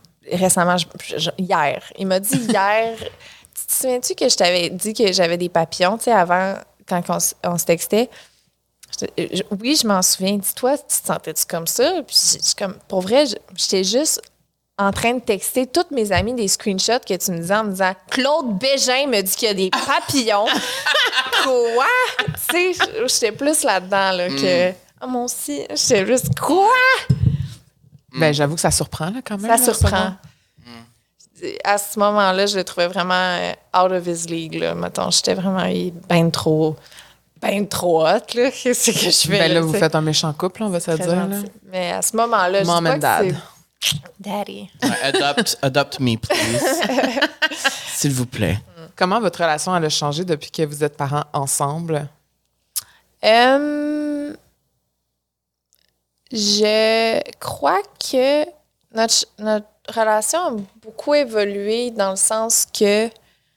hier, il m'a dit hier... Tu te souviens-tu que je t'avais dit que j'avais des papillons, tu sais, avant, quand on se textait? Oui, je m'en souviens. Dis-toi, tu te sentais-tu comme ça? Puis, pour vrai, j'étais juste en train de texter toutes mes amies des screenshots que tu me disais en me disant « Claude Bégin me dit qu'il y a des papillons. » Quoi? Tu sais, j'étais plus là-dedans là, que... Ah, moi aussi, j'étais juste « Quoi? » Ben, j'avoue que ça surprend, là, quand même. Ça là, surprend. À ce moment-là, je le trouvais vraiment out of his league, là. Mettons, j'étais vraiment ben trop hot, là. Qu'est-ce que je fais? Ben là, vous faites un méchant couple, on va se Très dire. Là. gentil. Mais à ce moment-là, je Mom dis pas and dad. que c'est... Daddy. Adopt me, please. S'il vous plaît. Comment votre relation elle a changé depuis que vous êtes parents ensemble? Je crois que notre relation a beaucoup évolué dans le sens que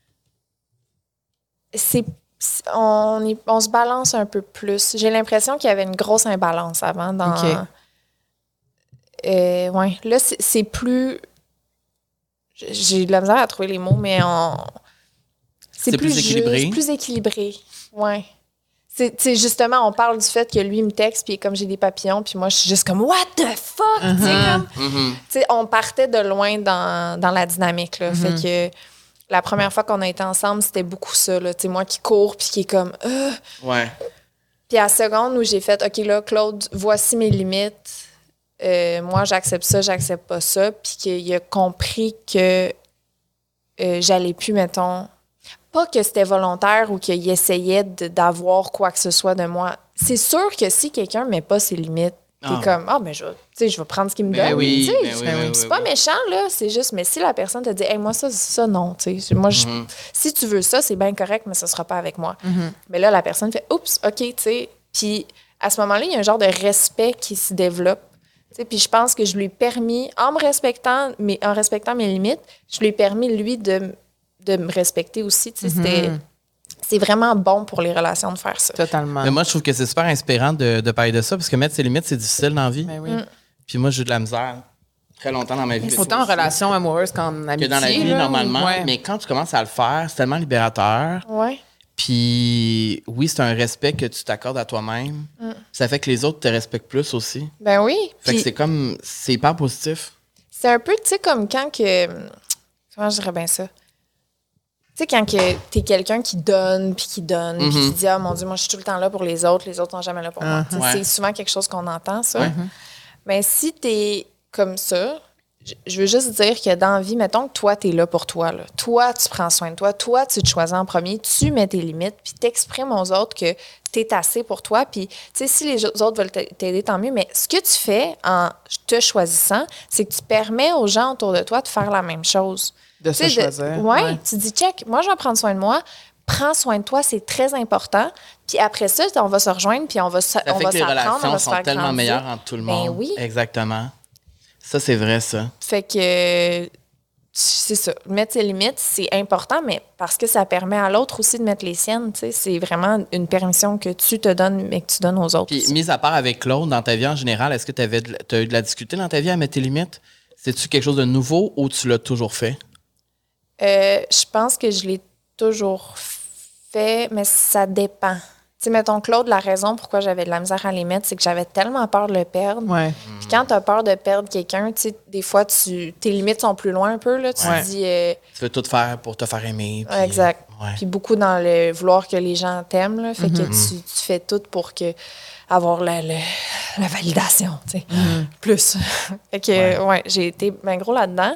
on se balance un peu plus. J'ai l'impression qu'il y avait une grosse imbalance avant. OK. Ouais. Là, c'est plus... J'ai de la misère à trouver les mots, mais c'est plus équilibré. Juste, plus équilibré, ouais. C'est justement, on parle du fait que lui, il me texte, puis comme j'ai des papillons, puis moi, je suis juste comme « What the fuck? Tu sais, comme... Tu sais, on partait de loin dans la dynamique, là. Fait que la première fois qu'on a été ensemble, c'était beaucoup ça, là. Tu sais, moi qui cours, puis qui est comme « Ouais. Puis à la seconde où j'ai fait « OK, là, Claude, voici mes limites. Moi, j'accepte ça, j'accepte pas ça. » Puis qu'il a compris que j'allais plus, mettons... Pas que c'était volontaire ou qu'il essayait d'avoir quoi que ce soit de moi. C'est sûr que si quelqu'un met pas ses limites, t'es comme, mais je vais prendre ce qu'il me donne. Oui, Tu sais, c'est pas méchant, là. C'est juste, mais si la personne te dit, hey, moi, ça non. Tu sais, moi, si tu veux ça, c'est bien correct, mais ça sera pas avec moi. Mais là, la personne fait, oups, OK, tu sais. Puis à ce moment-là, il y a un genre de respect qui se développe. Puis je pense que je lui ai permis, en respectant mes limites, je lui ai permis, lui, de me respecter aussi. C'est vraiment bon pour les relations de faire ça. Totalement. Mais moi, je trouve que c'est super inspirant de parler de ça parce que mettre ses limites, c'est difficile dans la vie. Ben oui. Puis moi, j'ai eu de la misère très longtemps dans ma vie. Autant en relation amoureuse qu'en amitié. Que dans la vie, là, normalement. ouais. Mais quand tu commences à le faire, c'est tellement libérateur. Ouais. Puis oui, c'est un respect que tu t'accordes à toi-même. Ça fait que les autres te respectent plus aussi. Ben oui. Fait Puis que c'est hyper positif. c'est un peu, tu sais, comme quand que... Comment je dirais bien ça? Tu sais, quand que t'es quelqu'un qui donne, puis qui dit « Ah, mon Dieu, moi, je suis tout le temps là pour les autres sont jamais là pour moi. » Tu sais, Ouais. c'est souvent quelque chose qu'on entend, ça. Ouais. Mais si t'es comme ça, je veux juste dire que dans la vie, mettons que toi, t'es là pour toi. Là. Toi, tu prends soin de toi. Toi, tu te choisis en premier. Tu mets tes limites, puis t'exprimes aux autres que t'es assez pour toi. Puis, tu sais, si les autres veulent t'aider, tant mieux. Mais ce que tu fais en te choisissant, c'est que tu permets aux gens autour de toi de faire la même chose. De se choisir. Ouais, tu dis, check, moi, je vais prendre soin de moi. Prends soin de toi, c'est très important. Puis après ça, on va se rejoindre, puis on va s'apprendre, Ça fait que les on va relations se sont faire tellement grandir. meilleures entre tout le Ben monde. oui. Exactement. Ça, c'est vrai, ça. Fait que, tu c'est ça. Mettre ses limites, c'est important, mais parce que ça permet à l'autre aussi de mettre les siennes. Tu sais, c'est vraiment une permission que tu te donnes, mais que tu donnes aux autres. Puis, mis à part avec Claude, dans ta vie en général, est-ce que tu as eu de la difficulté dans ta vie à mettre tes limites? C'est-tu quelque chose de nouveau ou tu l'as toujours fait? Je pense que je l'ai toujours fait, mais ça dépend. Tu sais, mettons, Claude, la raison pourquoi j'avais de la misère à les mettre, c'est que j'avais tellement peur de le perdre. Ouais. Puis quand tu as peur de perdre quelqu'un, tu sais, des fois, tes limites sont plus loin un peu. Là, tu te dis... Tu veux tout faire pour te faire aimer. Puis, exact. Ouais. Puis beaucoup dans le vouloir que les gens t'aiment. Là, fait que tu fais tout pour avoir la validation, tu sais. Plus. Fait que, ouais, j'ai été bien gros là-dedans.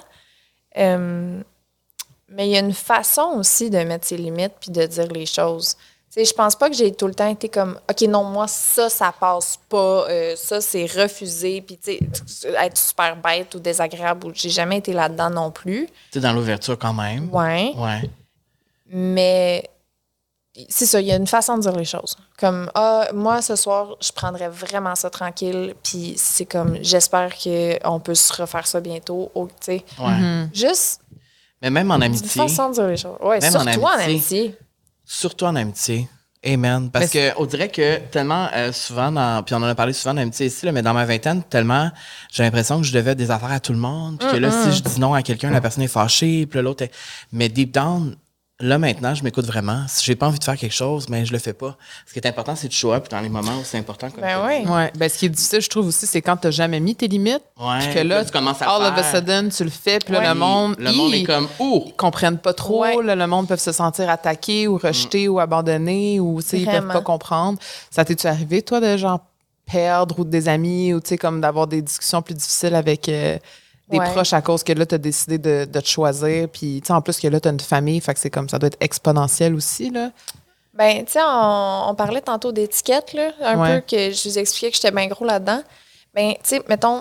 Mais il y a une façon aussi de mettre ses limites puis de dire les choses. Tu sais, je pense pas que j'ai tout le temps été comme OK, non, moi, ça passe pas. Ça, c'est refusé. Puis, tu sais, être super bête ou désagréable. J'ai jamais été là-dedans non plus. Tu sais, dans l'ouverture quand même. Ouais. Ouais. Mais c'est ça, il y a une façon de dire les choses. Comme, moi, ce soir, je prendrais vraiment ça tranquille. Puis c'est comme, j'espère qu'on peut se refaire ça bientôt. Tu sais. Ouais. Juste Mais même en une amitié. façon de dire les choses. Ouais, Même surtout en en amitié. amitié. Surtout en amitié. Amen. Parce qu'on dirait que tellement souvent, puis on en a parlé souvent d'amitié ici, là, mais dans ma vingtaine, tellement j'ai l'impression que je devais des affaires à tout le monde. Puis que là, si je dis non à quelqu'un, la personne est fâchée. Puis là, l'autre est... Mais deep down, là, maintenant, je m'écoute vraiment. Si j'ai pas envie de faire quelque chose, mais je le fais pas. Ce qui est important, c'est de show up dans les moments où c'est important. Comme Ben t'as oui. dit. Ouais. Ben, ce qui est difficile, je trouve aussi, c'est quand tu n'as jamais mis tes limites. Ouais. Puis que là, tu commences à all le of a faire. sudden, tu le fais. Puis là, Ouais. le monde est comme ouh. ils comprennent pas trop. Ouais. Là, le monde peut se sentir attaqué ou rejeté ou abandonné ou tu sais, ils peuvent Vraiment. pas comprendre. Ça t'es-tu arrivé, toi, de genre perdre ou des amis ou tu sais, comme d'avoir des discussions plus difficiles avec des Ouais. proches à cause que là, tu as décidé de te choisir. Puis, tu sais, en plus que là, tu as une famille, fait que c'est comme ça doit être exponentiel aussi, là. Ben, tu sais, on parlait tantôt d'étiquette, là, un Ouais. peu, que je vous expliquais que j'étais bien gros là-dedans. Ben, tu sais, mettons,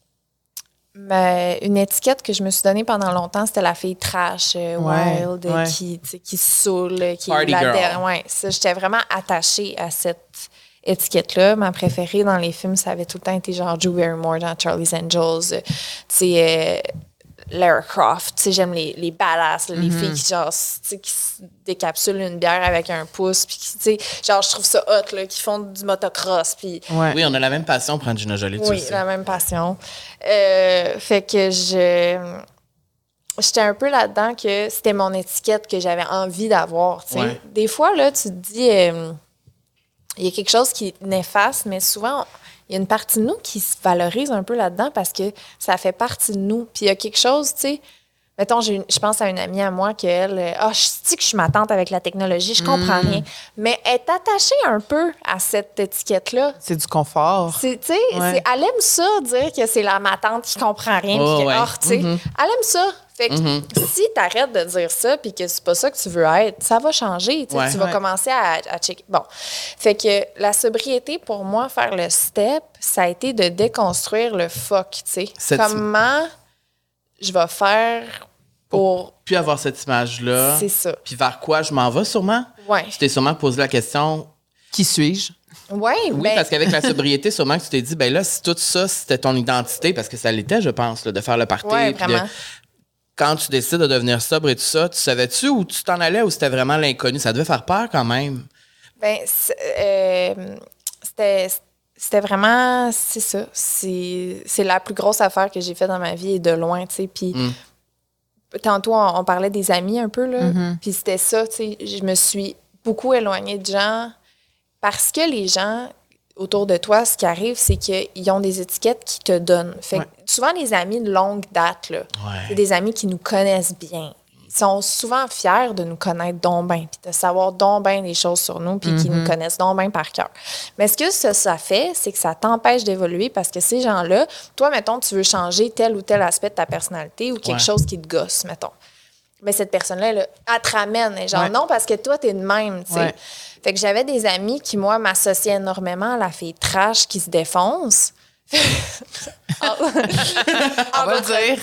une étiquette que je me suis donnée pendant longtemps, c'était la fille trash, wild, ouais. qui, tu sais, qui se saoule, qui Party girl. Ouais, ça, j'étais vraiment attachée à cette étiquette-là. Ma préférée dans les films, ça avait tout le temps été genre Drew Barrymore dans Charlie's Angels, tu sais, Lara Croft, tu sais, j'aime les badass, là, les filles qui, genre, tu sais, qui se décapsulent une bière avec un pouce, puis qui, tu sais, genre, je trouve ça hot, là, qui font du motocross, puis... Ouais. Oui, on a la même passion pour Angelina Jolie, tu Oui, sais. la même passion. Fait que j'étais un peu là-dedans que c'était mon étiquette que j'avais envie d'avoir, tu sais. Ouais. Des fois, là, tu te dis, il y a quelque chose qui est néfaste, mais souvent... Il y a une partie de nous qui se valorise un peu là-dedans parce que ça fait partie de nous. Puis il y a quelque chose, tu sais, mettons, je pense à une amie à moi qu'elle, je dis que je suis ma tante avec la technologie, je comprends rien. Mais elle est attachée un peu à cette étiquette-là. C'est du confort. Tu sais, Ouais. elle aime ça, dire que c'est la tante qui comprend rien. Oh, puis que, ouais. tu sais, elle aime ça. Fait que si t'arrêtes de dire ça puis que c'est pas ça que tu veux être, ça va changer. Tu sais, Ouais. tu vas Ouais. commencer à checker. Bon. Fait que la sobriété, pour moi, faire le step, ça a été de déconstruire le fuck, tu sais. Comment je vais faire pour... Puis avoir cette image-là. C'est ça. Puis vers quoi je m'en vais sûrement? Ouais. Tu t'es sûrement posé la question. Qui suis-je? Ouais, Oui, ben, parce qu'avec la sobriété, sûrement que tu t'es dit, ben là, si tout ça, c'était ton identité, parce que ça l'était, je pense, là, de faire le party. Ouais, puis de- vraiment. quand tu décides de devenir sobre et tout ça, tu savais-tu où tu t'en allais ou c'était vraiment l'inconnu? Ça devait faire peur quand même. Ben, c'était vraiment, c'est ça. C'est la plus grosse affaire que j'ai faite dans ma vie et de loin, tu sais. Puis tantôt, on parlait des amis un peu, là. Puis c'était ça, tu sais. Je me suis beaucoup éloignée de gens parce que les gens autour de toi, ce qui arrive, c'est qu'ils ont des étiquettes qui te donnent. Fait que souvent, les amis de longue date, là, c'est des amis qui nous connaissent bien. Ils sont souvent fiers de nous connaître donc bien, puis de savoir donc bien les choses sur nous, puis qui nous connaissent donc bien par cœur. Mais ce que ça fait, c'est que ça t'empêche d'évoluer parce que ces gens-là, toi, mettons, tu veux changer tel ou tel aspect de ta personnalité ou quelque chose qui te gosse, mettons. Mais cette personne-là, elle te ramène. Et genre, non, parce que toi, t'es de même, tu sais. Ouais. Fait que j'avais des amis qui, moi, m'associaient énormément à la fille trash qui se défonce. On va le dire.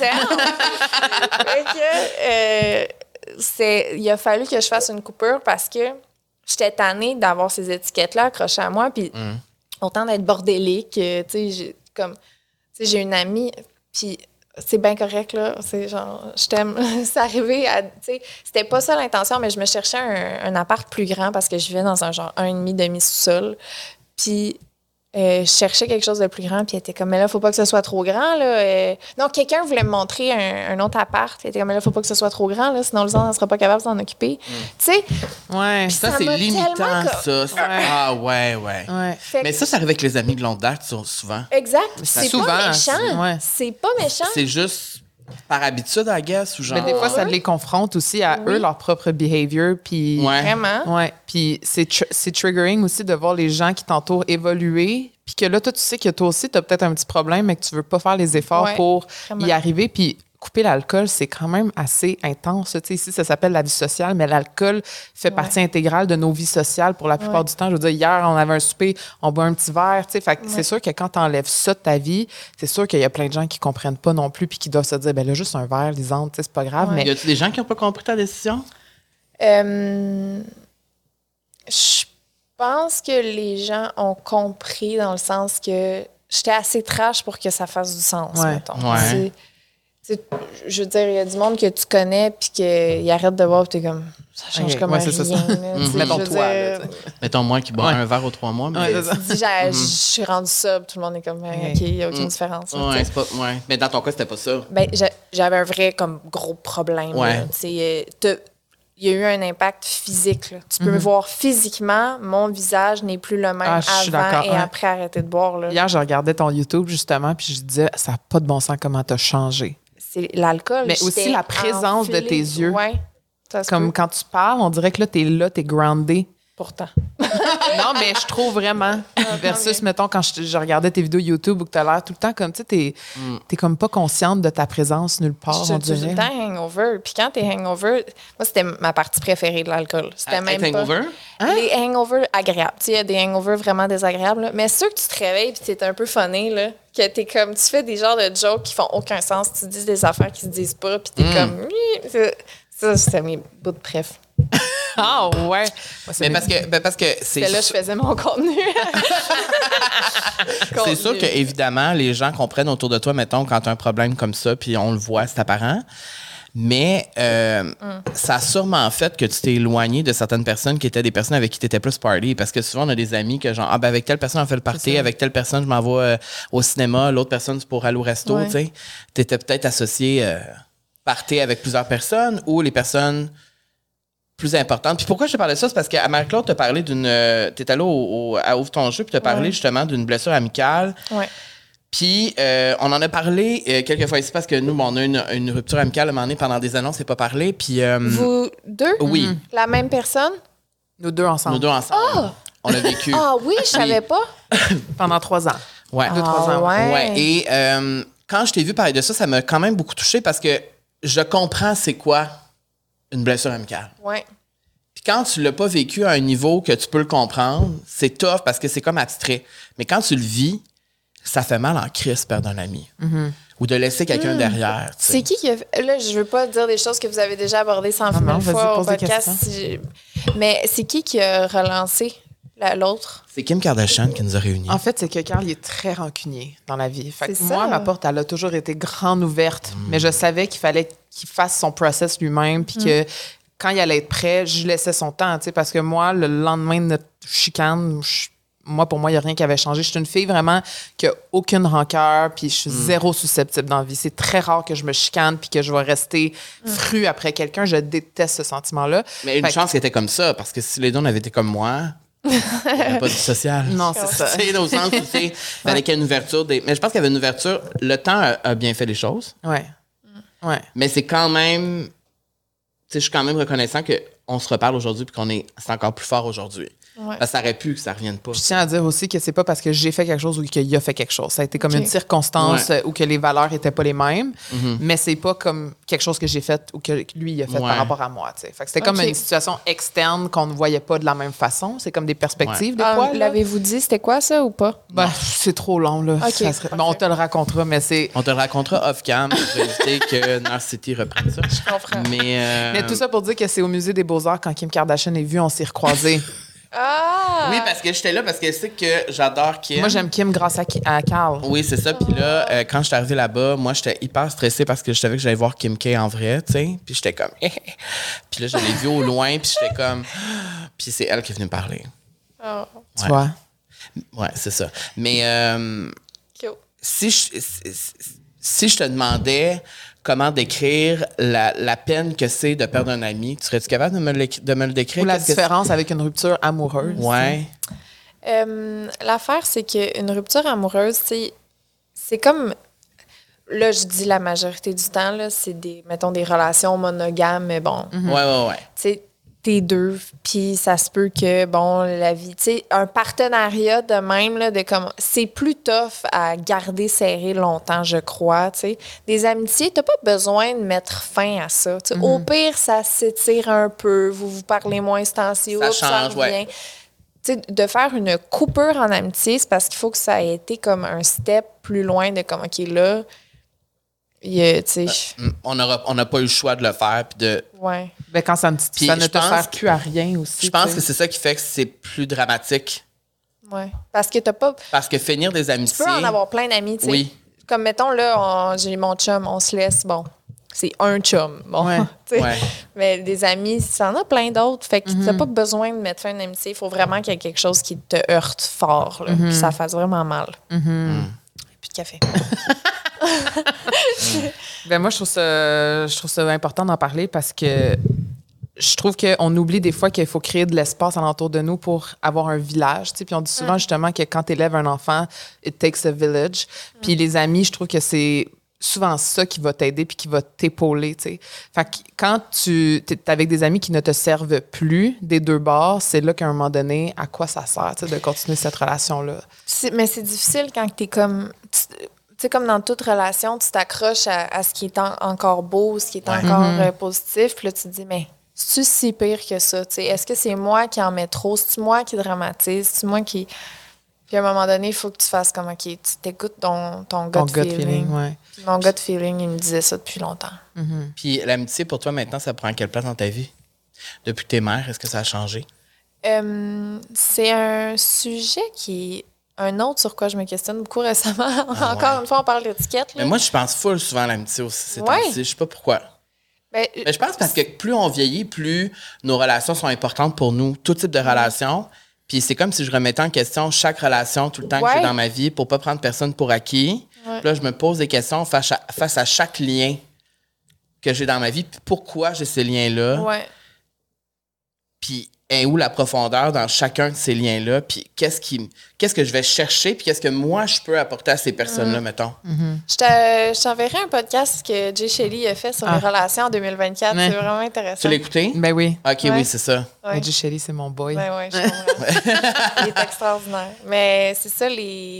Il a fallu que je fasse une coupure parce que j'étais tannée d'avoir ces étiquettes-là accrochées à moi, puis autant d'être bordélique, tu sais, j'ai une amie, puis c'est bien correct, là. C'est genre, je t'aime. C'est arrivé à, tu sais, c'était pas ça l'intention, mais je me cherchais un appart plus grand parce que je vivais dans un genre 1,5 demi-sous-sol. Puis, je cherchais quelque chose de plus grand, puis elle était comme, mais là, faut pas que ce soit trop grand, là. Non, quelqu'un voulait me montrer un autre appart. Elle était comme, mais là, faut pas que ce soit trop grand, là, sinon le on ne sera pas capable de s'en occuper. Tu sais? Ouais. Ça, c'est limitant, ça. Ah, ouais. Mais ça arrive avec les amis de longue date, souvent. Exact. C'est souvent, pas méchant. ouais. C'est pas méchant. C'est juste par habitude, I guess, ou genre... Mais des fois, ça les confronte aussi à eux, leur propre behavior. Puis, Vraiment. Ouais. Puis c'est triggering aussi de voir les gens qui t'entourent évoluer. Puis que là, toi, tu sais que toi aussi, tu as peut-être un petit problème, mais que tu veux pas faire les efforts pour y arriver. Puis couper l'alcool, c'est quand même assez intense. Tu sais, ici, ça s'appelle la vie sociale, mais l'alcool fait partie intégrale de nos vies sociales pour la plupart du temps. Je veux dire, hier, on avait un souper, on boit un petit verre. Tu sais, fait que c'est sûr que quand tu enlèves ça de ta vie, c'est sûr qu'il y a plein de gens qui comprennent pas non plus puis qui doivent se dire, ben là, juste un verre, Lisande, tu sais, c'est pas grave. Mais y a-t-il des gens qui n'ont pas compris ta décision? Je pense que les gens ont compris dans le sens que j'étais assez trash pour que ça fasse du sens, mettons. Ouais. Je veux dire, il y a du monde que tu connais puis qu'ils arrêtent de boire puis t'es comme, ça change comme rien. Ça. Mettons toi. Mettons moi qui bois un verre aux 3 mois. Mais... tu dis, je suis rendue sobre, tout le monde est comme, OK, il n'y a aucune différence. Mais dans ton cas, c'était pas ça. Ben, j'avais un vrai comme gros problème. Il y a eu un impact physique. Là. Tu peux me voir physiquement, mon visage n'est plus le même avant et après arrêter de boire. Là. Hier, je regardais ton YouTube, justement, puis je disais, ça n'a pas de bon sens comment tu as changé. C'est l'alcool. Mais aussi la présence de tes yeux. Ouais, comme quand tu parles, on dirait que là, t'es groundé. Pourtant. Non, mais je trouve vraiment. Versus, mettons, quand je regardais tes vidéos YouTube où tu as l'air tout le temps comme, tu sais, t'es comme pas consciente de ta présence nulle part, on dirait. Je suis tout le temps hangover. Puis quand t'es hangover, moi, c'était ma partie préférée de l'alcool. C'était même pas... hangover? Les hangovers agréables. Tu sais, il y a des hangovers vraiment désagréables. Là. Mais ceux que tu te réveilles puis t'es un peu funné, là, que t'es comme... Tu fais des genres de jokes qui font aucun sens. Tu dis des affaires qui se disent pas puis t'es comme... Ça, c'était mes bouts de préf. Ah ouais. Mais parce que c'est là je faisais mon contenu. C'est sûr que évidemment les gens comprennent autour de toi, mettons, quand tu as un problème comme ça, puis on le voit, c'est apparent. Mais ça a sûrement fait que tu t'es éloigné de certaines personnes qui étaient des personnes avec qui tu étais plus party. Parce que souvent, on a des amis que genre, avec telle personne, on fait le party, avec telle personne, je m'en vais au cinéma, l'autre personne, c'est pour aller au resto, tu sais. Tu étais peut-être associé party avec plusieurs personnes ou les personnes plus importante. Puis pourquoi je te parlais de ça? C'est parce qu'à Marie-Claude, tu as parlé d'une... tu es allé à Ouvre ton jeu, puis tu as parlé justement d'une blessure amicale. Ouais. Puis on en a parlé quelques fois ici parce que nous, on a une rupture amicale à un moment donné pendant des années, on ne s'est pas parlé. Puis, vous deux? Oui. La même personne? Nous deux ensemble. Oh! On l'a vécu. Ah oui, je savais pas. Pendant 3 ans. Ouais. 2-3 ans. Ouais. Et quand je t'ai vu parler de ça, ça m'a quand même beaucoup touché parce que je comprends c'est quoi une blessure amicale. Ouais. Puis quand tu l'as pas vécu à un niveau que tu peux le comprendre, c'est tough parce que c'est comme abstrait. Mais quand tu le vis, ça fait mal en crise perdre un ami. Mm-hmm. Ou de laisser quelqu'un derrière. T'sais. C'est qui a fait... Là, je veux pas dire des choses que vous avez déjà abordées 100 fois au podcast. Mais c'est qui a relancé l'autre? C'est Kim Kardashian qui nous a réunis. En fait, c'est que Carl, il est très rancunier dans la vie. Fait que C'est moi, ça. ma porte, elle a toujours été grande ouverte. Mais je savais qu'il fallait qu'il fasse son process lui-même. Puis que quand il allait être prêt, je laissais son temps. Parce que moi, le lendemain de notre chicane, pour moi, il n'y a rien qui avait changé. Je suis une fille vraiment qui n'a aucune rancœur. Puis je suis zéro susceptible dans la vie. C'est très rare que je me chicane puis que je vais rester fru après quelqu'un. Je déteste ce sentiment-là. Mais une chance qu'il était comme ça. Parce que si les deux, on avait été comme moi... Il n'y avait pas de social. Non, c'est ça. C'est au sens où il fallait qu'il y ait une ouverture. Mais je pense qu'il y avait une ouverture. Le temps a bien fait les choses. Ouais. Mais c'est quand même... Tu sais, je suis quand même reconnaissant qu'on se reparle aujourd'hui et c'est encore plus fort aujourd'hui. Ouais. Parce que ça aurait pu que ça ne revienne pas. Je tiens à dire aussi que c'est pas parce que j'ai fait quelque chose ou qu'il a fait quelque chose. Ça a été comme une circonstance où que les valeurs étaient pas les mêmes, mais c'est pas comme quelque chose que j'ai fait ou que lui il a fait par rapport à moi. T'sais. Fait que c'était comme une situation externe qu'on ne voyait pas de la même façon. C'est comme des perspectives des fois. L'avez-vous dit, c'était quoi ça ou pas? Ben, c'est trop long, là. Okay, on te le racontera, mais c'est... On te le racontera off-cam pour éviter que Narcity reprenne ça. Je comprends. Mais tout ça pour dire que c'est au Musée des Beaux-Arts, quand Kim Kardashian est vue, on s'est recroisés. Ah! Oui, parce que j'étais là parce que c'est que j'adore Kim. Moi, j'aime Kim grâce à Carl. Oui, c'est ça. Puis là, quand je suis arrivée là-bas, moi, j'étais hyper stressée parce que je savais que j'allais voir Kim K en vrai, tu sais. Puis j'étais comme... Puis là, je l'ai vue au loin, puis j'étais comme... Puis c'est elle qui est venue me parler. Oh. Tu vois? Ouais, c'est ça. Mais Cute. si je te demandais comment décrire la peine que c'est de perdre un ami, tu serais-tu capable de me le décrire? Ou la Qu'est-ce que différence avec une rupture amoureuse. Ouais. L'affaire, c'est qu'une rupture amoureuse, c'est comme... Là, je dis la majorité du temps, là, c'est mettons, des relations monogames, mais bon... Ouais. Tu sais, t'es deux, puis ça se peut que, bon, la vie... Tu sais, un partenariat de même, là, c'est plus tough à garder serré longtemps, je crois, tu sais. Des amitiés, t'as pas besoin de mettre fin à ça. Tu sais, au pire, ça s'étire un peu, vous parlez moins ce temps-ci, Ça ça change, revient. ouais. Tu sais, de faire une coupure en amitié, c'est parce qu'il faut que ça ait été comme un step plus loin de comme, OK, là, tu sais... On n'a pas eu le choix de le faire. Puis de... Ouais. Ben, quand ça ne Puis te je pense sert plus à rien aussi. Je pense tu sais. que c'est ça qui fait que c'est plus dramatique. Ouais. Parce que t'as pas... Parce que finir des amitiés... Tu peux en avoir plein d'amis, tu sais. Oui. Comme, mettons, là, j'ai mon chum, on se laisse, bon, c'est un chum, bon, Ouais. tu sais. Ouais. Mais des amis, ça en a plein d'autres, fait que t'as pas besoin de mettre fin à une amitié. Il faut vraiment qu'il y ait quelque chose qui te heurte fort, là, puis ça fasse vraiment mal. Plus de café. Ben moi, je trouve ça important d'en parler parce que je trouve qu'on oublie des fois qu'il faut créer de l'espace alentour de nous pour avoir un village. Tu sais. Puis on dit souvent justement que quand tu élèves un enfant, it takes a village. Puis les amis, je trouve que c'est souvent ça qui va t'aider puis qui va t'épauler. Tu sais. Fait que quand tu es avec des amis qui ne te servent plus des deux bords, c'est là qu'à un moment donné, à quoi ça sert tu sais, de continuer cette relation-là? Mais c'est difficile quand t'es comme... Tu sais, comme dans toute relation, tu t'accroches à ce qui est encore beau, ce qui est encore positif. Puis là, tu te dis, mais c'est-tu si pire que ça? Tu sais, est-ce que c'est moi qui en mets trop? C'est-tu moi qui dramatise? C'est-tu moi qui... Puis à un moment donné, il faut que tu fasses comme, OK, tu t'écoutes ton gut feeling. Ouais. Puis mon gut feeling, il me disait ça depuis longtemps. Puis l'amitié, pour toi, maintenant, ça prend quelle place dans ta vie? Depuis que t'es mère, est-ce que ça a changé? C'est un sujet qui est un autre sur quoi je me questionne beaucoup récemment. Encore une fois, on parle d'étiquette. Mais moi, je pense full souvent à l'amitié aussi ces Ouais. temps-ci. Je sais pas pourquoi. Mais je pense parce que plus on vieillit, plus nos relations sont importantes pour nous, tout type de relations. Puis c'est comme si je remettais en question chaque relation tout le temps que j'ai dans ma vie pour pas prendre personne pour acquis. Puis là, je me pose des questions face à chaque lien que j'ai dans ma vie. Puis pourquoi j'ai ces liens-là? Ouais. Puis est où la profondeur dans chacun de ces liens-là? Puis qu'est-ce que je vais chercher? Puis qu'est-ce que moi, je peux apporter à ces personnes-là, mettons? Je t'enverrai un podcast que Jay Shelley a fait sur les relations en 2024. Ouais. C'est vraiment intéressant. Tu l'as écouté? Ben oui. OK, Ouais. oui, c'est ça. Ouais. Reggie Shelley, c'est mon boy. Ouais, je comprends. Il est extraordinaire. Mais c'est ça,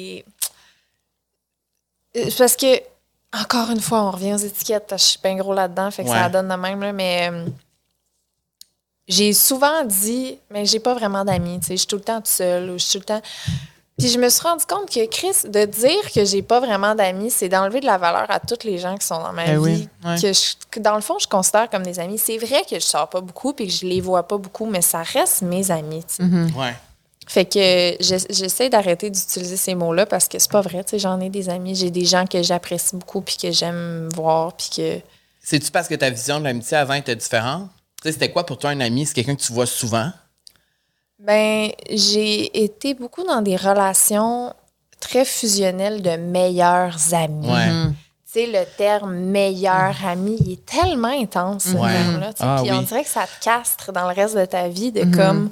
parce que, encore une fois, on revient aux étiquettes. Je suis bien gros là-dedans, fait que ça donne de même. Là, mais j'ai souvent dit, mais j'ai pas vraiment d'amis. Je suis tout le temps toute seule ou je suis tout le temps... Puis je me suis rendu compte que, Chris, de dire que j'ai pas vraiment d'amis, c'est d'enlever de la valeur à tous les gens qui sont dans ma vie. Oui, ouais. Que dans le fond, je considère comme des amis. C'est vrai que je sors pas beaucoup puis que je les vois pas beaucoup, mais ça reste mes amis. Tu sais. Ouais. Fait que j'essaie d'arrêter d'utiliser ces mots-là parce que c'est pas vrai. Tu sais, j'en ai des amis, j'ai des gens que j'apprécie beaucoup puis que j'aime voir puis que... C'est-tu parce que ta vision de l'amitié avant était différente? Tu sais, c'était quoi pour toi un ami? C'est quelqu'un que tu vois souvent? Ben, j'ai été beaucoup dans des relations très fusionnelles de meilleurs amis. Ouais. Tu sais, le terme meilleur ami, il est tellement intense, ce terme-là. Tu sais. Puis on dirait que ça te castre dans le reste de ta vie de comme...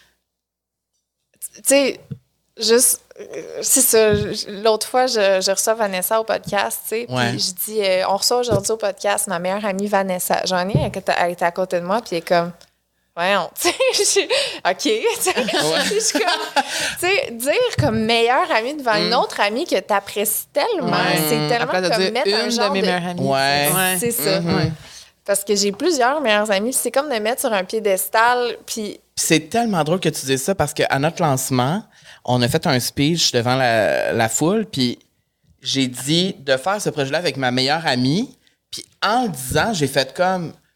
Tu sais, juste... C'est ça. L'autre fois, je reçois Vanessa au podcast, tu sais, puis je dis... on reçoit aujourd'hui au podcast ma meilleure amie Vanessa. J'en ai elle était à côté de moi, puis elle est comme... Voyons, tu sais, OK. Je suis comme, tu sais, dire comme meilleure amie devant une autre amie que tu apprécies tellement, c'est tellement comme mettre un genre de mes meilleures amies. Ouais. C'est ça. Parce que j'ai plusieurs meilleures amies, c'est comme de mettre sur un piédestal, puis... C'est tellement drôle que tu dises ça parce qu'à notre lancement, on a fait un speech devant la foule, puis j'ai dit de faire ce projet-là avec ma meilleure amie, puis en le disant, j'ai fait comme...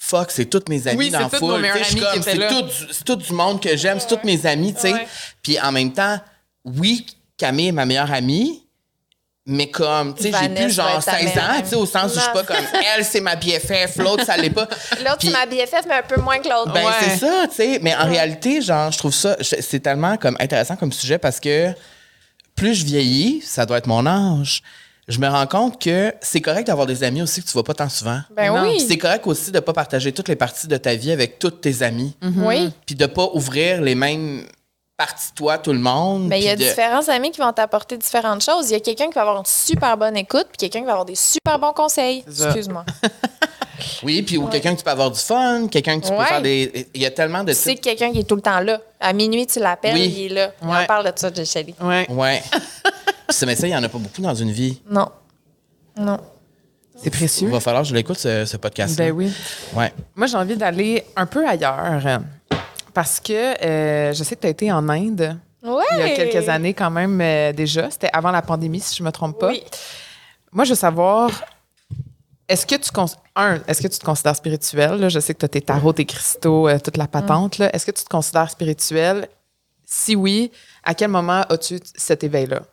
fuck, c'est tous mes amis Oui, dans la c'est tous nos foule. meilleurs Tu sais, je suis amis qui comme, étaient là. c'est tout du monde que j'aime, c'est tous mes amis, tu sais. Ouais. Puis en même temps, oui, Camille est ma meilleure amie, mais comme, tu sais, j'ai Vanessa plus va genre être ta 16 meilleure ans, tu sais, au sens où je suis pas Non. comme, elle, c'est ma BFF, l'autre, ça l'est pas. L'autre, Puis- c'est ma BFF, mais un peu moins que l'autre. ben, Ouais. c'est ça, tu sais. Mais en réalité, genre, je trouve ça, c'est tellement comme intéressant comme sujet parce que plus je vieillis, ça doit être mon âge, je me rends compte que c'est correct d'avoir des amis aussi que tu vois pas tant souvent. Ben Non. oui. Puis c'est correct aussi de pas partager toutes les parties de ta vie avec tous tes amis. Oui. Puis de pas ouvrir les mêmes parties de toi, tout le monde. Mais il y a puis de- différents amis qui vont t'apporter différentes choses. Il y a quelqu'un qui va avoir une super bonne écoute, puis quelqu'un qui va avoir des super bons conseils. C'est ça. Excuse-moi. Oui, puis ou quelqu'un que tu peux avoir du fun, quelqu'un que tu peux Ouais. faire des... Il y a tellement de... Tu sais quelqu'un qui est tout le temps là. À minuit, tu l'appelles, Oui. il est là. On Ouais. parle de ça, de Shelly. Ouais. Ouais. Mais ça, il y en a pas beaucoup dans une vie. Non. Non. C'est précieux. Il va falloir que je l'écoute, ce podcast. Ben oui. Ouais. Moi, j'ai envie d'aller un peu ailleurs parce que je sais que tu as été en Inde Ouais. il y a quelques années quand même déjà. C'était avant la pandémie, si je me trompe pas. Oui. Moi, je veux savoir, est-ce que est-ce que tu te considères spirituel? Là? Je sais que tu as tes tarots, tes cristaux, toute la patente. Là. Est-ce que tu te considères spirituel? Si oui, à quel moment as-tu cet éveil-là?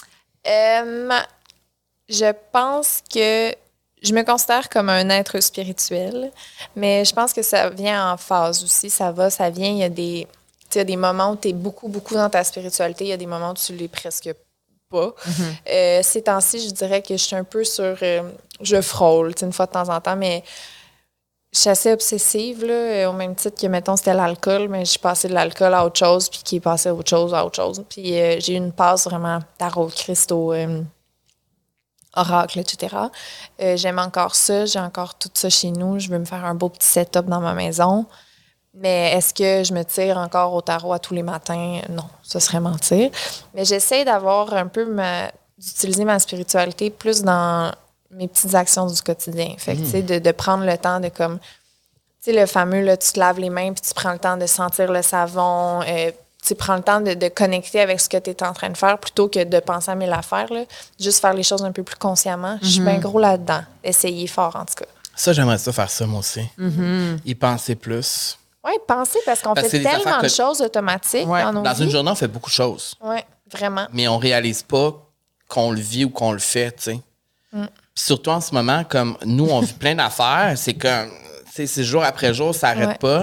Je pense que je me considère comme un être spirituel, mais je pense que ça vient en phase aussi. Ça va, ça vient. Il y a des moments où tu es beaucoup, beaucoup dans ta spiritualité. Il y a des moments où tu l'es presque pas. Ces temps-ci, je dirais que je suis un peu sur... je frôle, une fois de temps en temps, mais je suis assez obsessive, là, au même titre que, mettons, c'était l'alcool, mais je suis passée de l'alcool à autre chose, puis qui est passé à autre chose, à autre chose. Puis j'ai eu une passe vraiment tarot, cristaux, oracle, etc. J'aime encore ça, j'ai encore tout ça chez nous. Je veux me faire un beau petit setup dans ma maison. Mais est-ce que je me tire encore au tarot à tous les matins? Non, ce serait mentir. Mais j'essaie d'avoir un peu d'utiliser ma spiritualité plus dans mes petites actions du quotidien. Fait que, tu sais, de prendre le temps de comme... Tu sais, le fameux, là, tu te laves les mains puis tu prends le temps de sentir le savon. Tu prends le temps de connecter avec ce que tu es en train de faire plutôt que de penser à mille affaires. Là. Juste faire les choses un peu plus consciemment. Je suis bien gros là-dedans. Essayer fort, en tout cas. Ça, j'aimerais ça faire ça, moi aussi. Y penser plus. Oui, penser parce qu'on Parce que fait c'est des tellement affaires de que- choses automatiques Ouais. dans nos Dans une vies. journée, on fait beaucoup de choses. Oui, vraiment. Mais on réalise pas qu'on le vit ou qu'on le fait, tu sais. Puis surtout en ce moment, comme nous, on vit plein d'affaires, c'est comme, tu sais, c'est jour après jour, ça n'arrête Ouais. pas.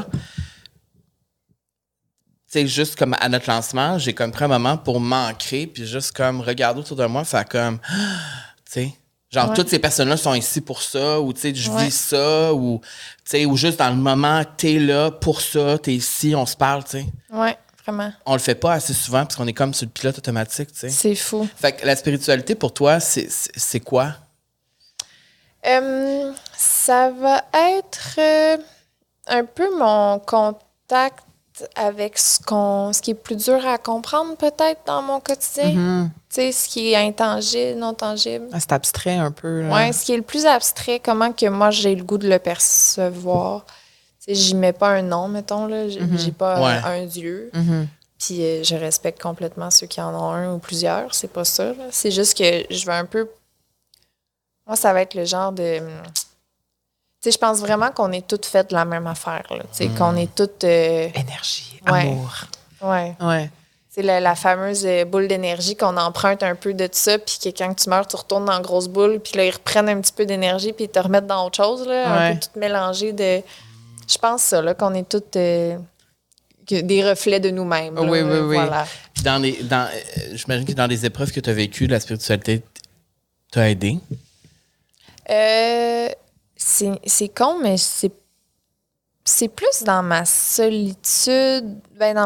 Tu sais, juste comme à notre lancement, j'ai comme pris un moment pour m'ancrer, puis juste comme regarder autour de moi, faire comme, tu sais, genre Ouais. toutes ces personnes-là sont ici pour ça, ou tu sais, je Ouais. vis ça, ou tu sais, ou juste dans le moment, t'es là pour ça, t'es ici, on se parle, tu sais. Oui, vraiment. On le fait pas assez souvent parce qu'on est comme sur le pilote automatique, tu sais. C'est fou. Fait que la spiritualité, pour toi, c'est quoi? Ça va être un peu mon contact avec ce qui est plus dur à comprendre peut-être dans mon quotidien. Tu sais, ce qui est intangible, non tangible. Ah, c'est abstrait un peu. Là. Ouais, ce qui est le plus abstrait, comment que moi j'ai le goût de le percevoir. Tu sais, j'y mets pas un nom, mettons, là. J'ai pas Ouais. un dieu. Mhm. Puis je respecte complètement ceux qui en ont un ou plusieurs. C'est pas ça, là. C'est juste que je veux un peu... Moi, ça va être le genre de... Tu sais, je pense vraiment qu'on est toutes faites de la même affaire, là. Tu sais, qu'on est toutes... Énergie, Ouais. amour. Ouais. Ouais. C'est la fameuse boule d'énergie qu'on emprunte un peu de ça, puis que quand tu meurs, tu retournes dans la grosse boule, puis là, ils reprennent un petit peu d'énergie, puis ils te remettent dans autre chose, là, un Ouais. peu tout mélangé de... Je pense ça, là, qu'on est toutes des reflets de nous-mêmes. là. Oui, oui, oui. Voilà. Puis j'imagine que dans les épreuves que tu as vécues, la spiritualité t'a aidé. C'est con, mais c'est plus dans ma solitude,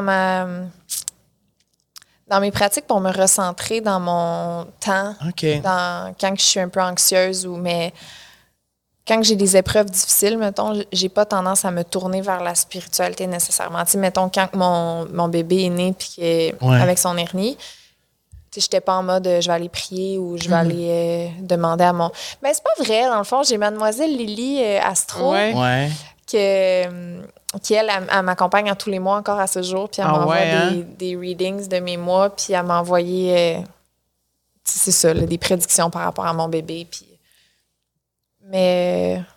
dans mes pratiques pour me recentrer dans mon temps, OK. quand je suis un peu anxieuse mais quand j'ai des épreuves difficiles, mettons, j'ai pas tendance à me tourner vers la spiritualité nécessairement. Tu sais, mettons, quand mon bébé est né puis avec son hernie, tu sais, j'étais pas en mode je vais aller prier ou je vais aller demander à mon... Mais c'est pas vrai, dans le fond. J'ai mademoiselle Lily Astro Ouais. Ouais. qui, elle m'accompagne en tous les mois encore à ce jour. Puis elle Ah m'envoie ouais, hein? des readings de mes mois. Puis elle m'a envoyé, c'est ça, là, des prédictions par rapport à mon bébé. Puis... Mais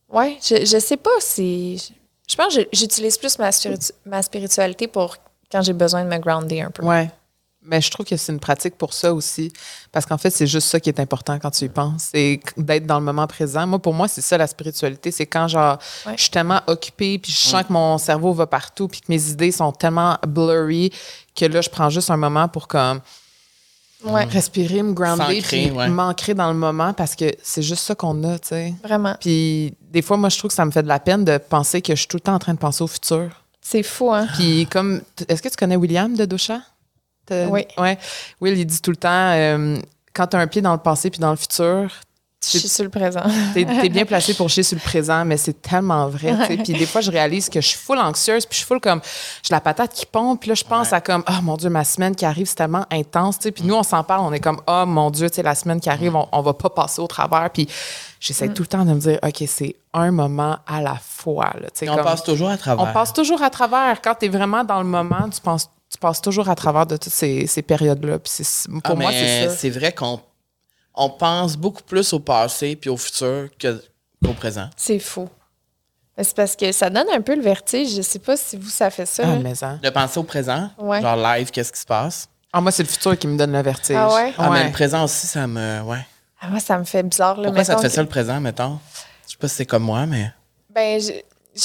Ouais, je sais pas si... Je pense que j'utilise plus ma spiritualité pour quand j'ai besoin de me grounder un peu. Ouais. Mais je trouve que c'est une pratique pour ça aussi. Parce qu'en fait, c'est juste ça qui est important quand tu y penses. C'est d'être dans le moment présent. Moi, pour moi, c'est ça la spiritualité. C'est quand, genre, je suis tellement occupée, puis je sens que mon cerveau va partout, puis que mes idées sont tellement blurry que là, je prends juste un moment pour comme respirer, me grounder, puis m'ancrer dans le moment parce que c'est juste ça qu'on a, tu sais. Vraiment. Puis des fois, moi, je trouve que ça me fait de la peine de penser que je suis tout le temps en train de penser au futur. C'est fou, hein? Puis comme... Est-ce que tu connais William de Dosha? Oui. Ouais. Will, il dit tout le temps, quand tu as un pied dans le passé puis dans le futur, je suis sur le présent. t'es bien placé pour chier sur le présent, mais c'est tellement vrai. Ouais. Puis des fois, je réalise que je suis full anxieuse, puis je suis full comme, j'ai la patate qui pompe, puis là, je pense à comme, oh mon Dieu, ma semaine qui arrive, c'est tellement intense. Puis nous, on s'en parle, on est comme, oh mon Dieu, la semaine qui arrive, on va pas passer au travers. Puis j'essaie tout le temps de me dire, OK, c'est un moment à la fois. Là, on passe toujours à travers. On passe toujours à travers. Quand tu es vraiment dans le moment, tu passes toujours à travers de toutes ces périodes-là. Puis pour moi, c'est ça. C'est vrai qu'on pense beaucoup plus au passé puis au futur qu'au présent. C'est fou. C'est parce que ça donne un peu le vertige. Je sais pas si vous, ça fait ça. De penser au présent, genre live, qu'est-ce qui se passe. Ah, moi, c'est le futur qui me donne le vertige. Ah ouais? Mais le présent aussi, ça me... Ouais. Ah, moi, ça me fait bizarre. Là, pourquoi ça te fait ça, le présent, mettons? Je sais pas si c'est comme moi, mais... Ben, je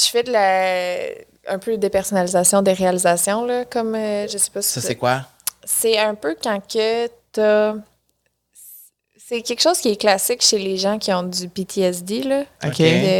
fais un peu de dépersonnalisation des réalisations, là, comme, je sais pas si... Ça, c'est quoi? C'est un peu quand que t'as... C'est quelque chose qui est classique chez les gens qui ont du PTSD, là. OK.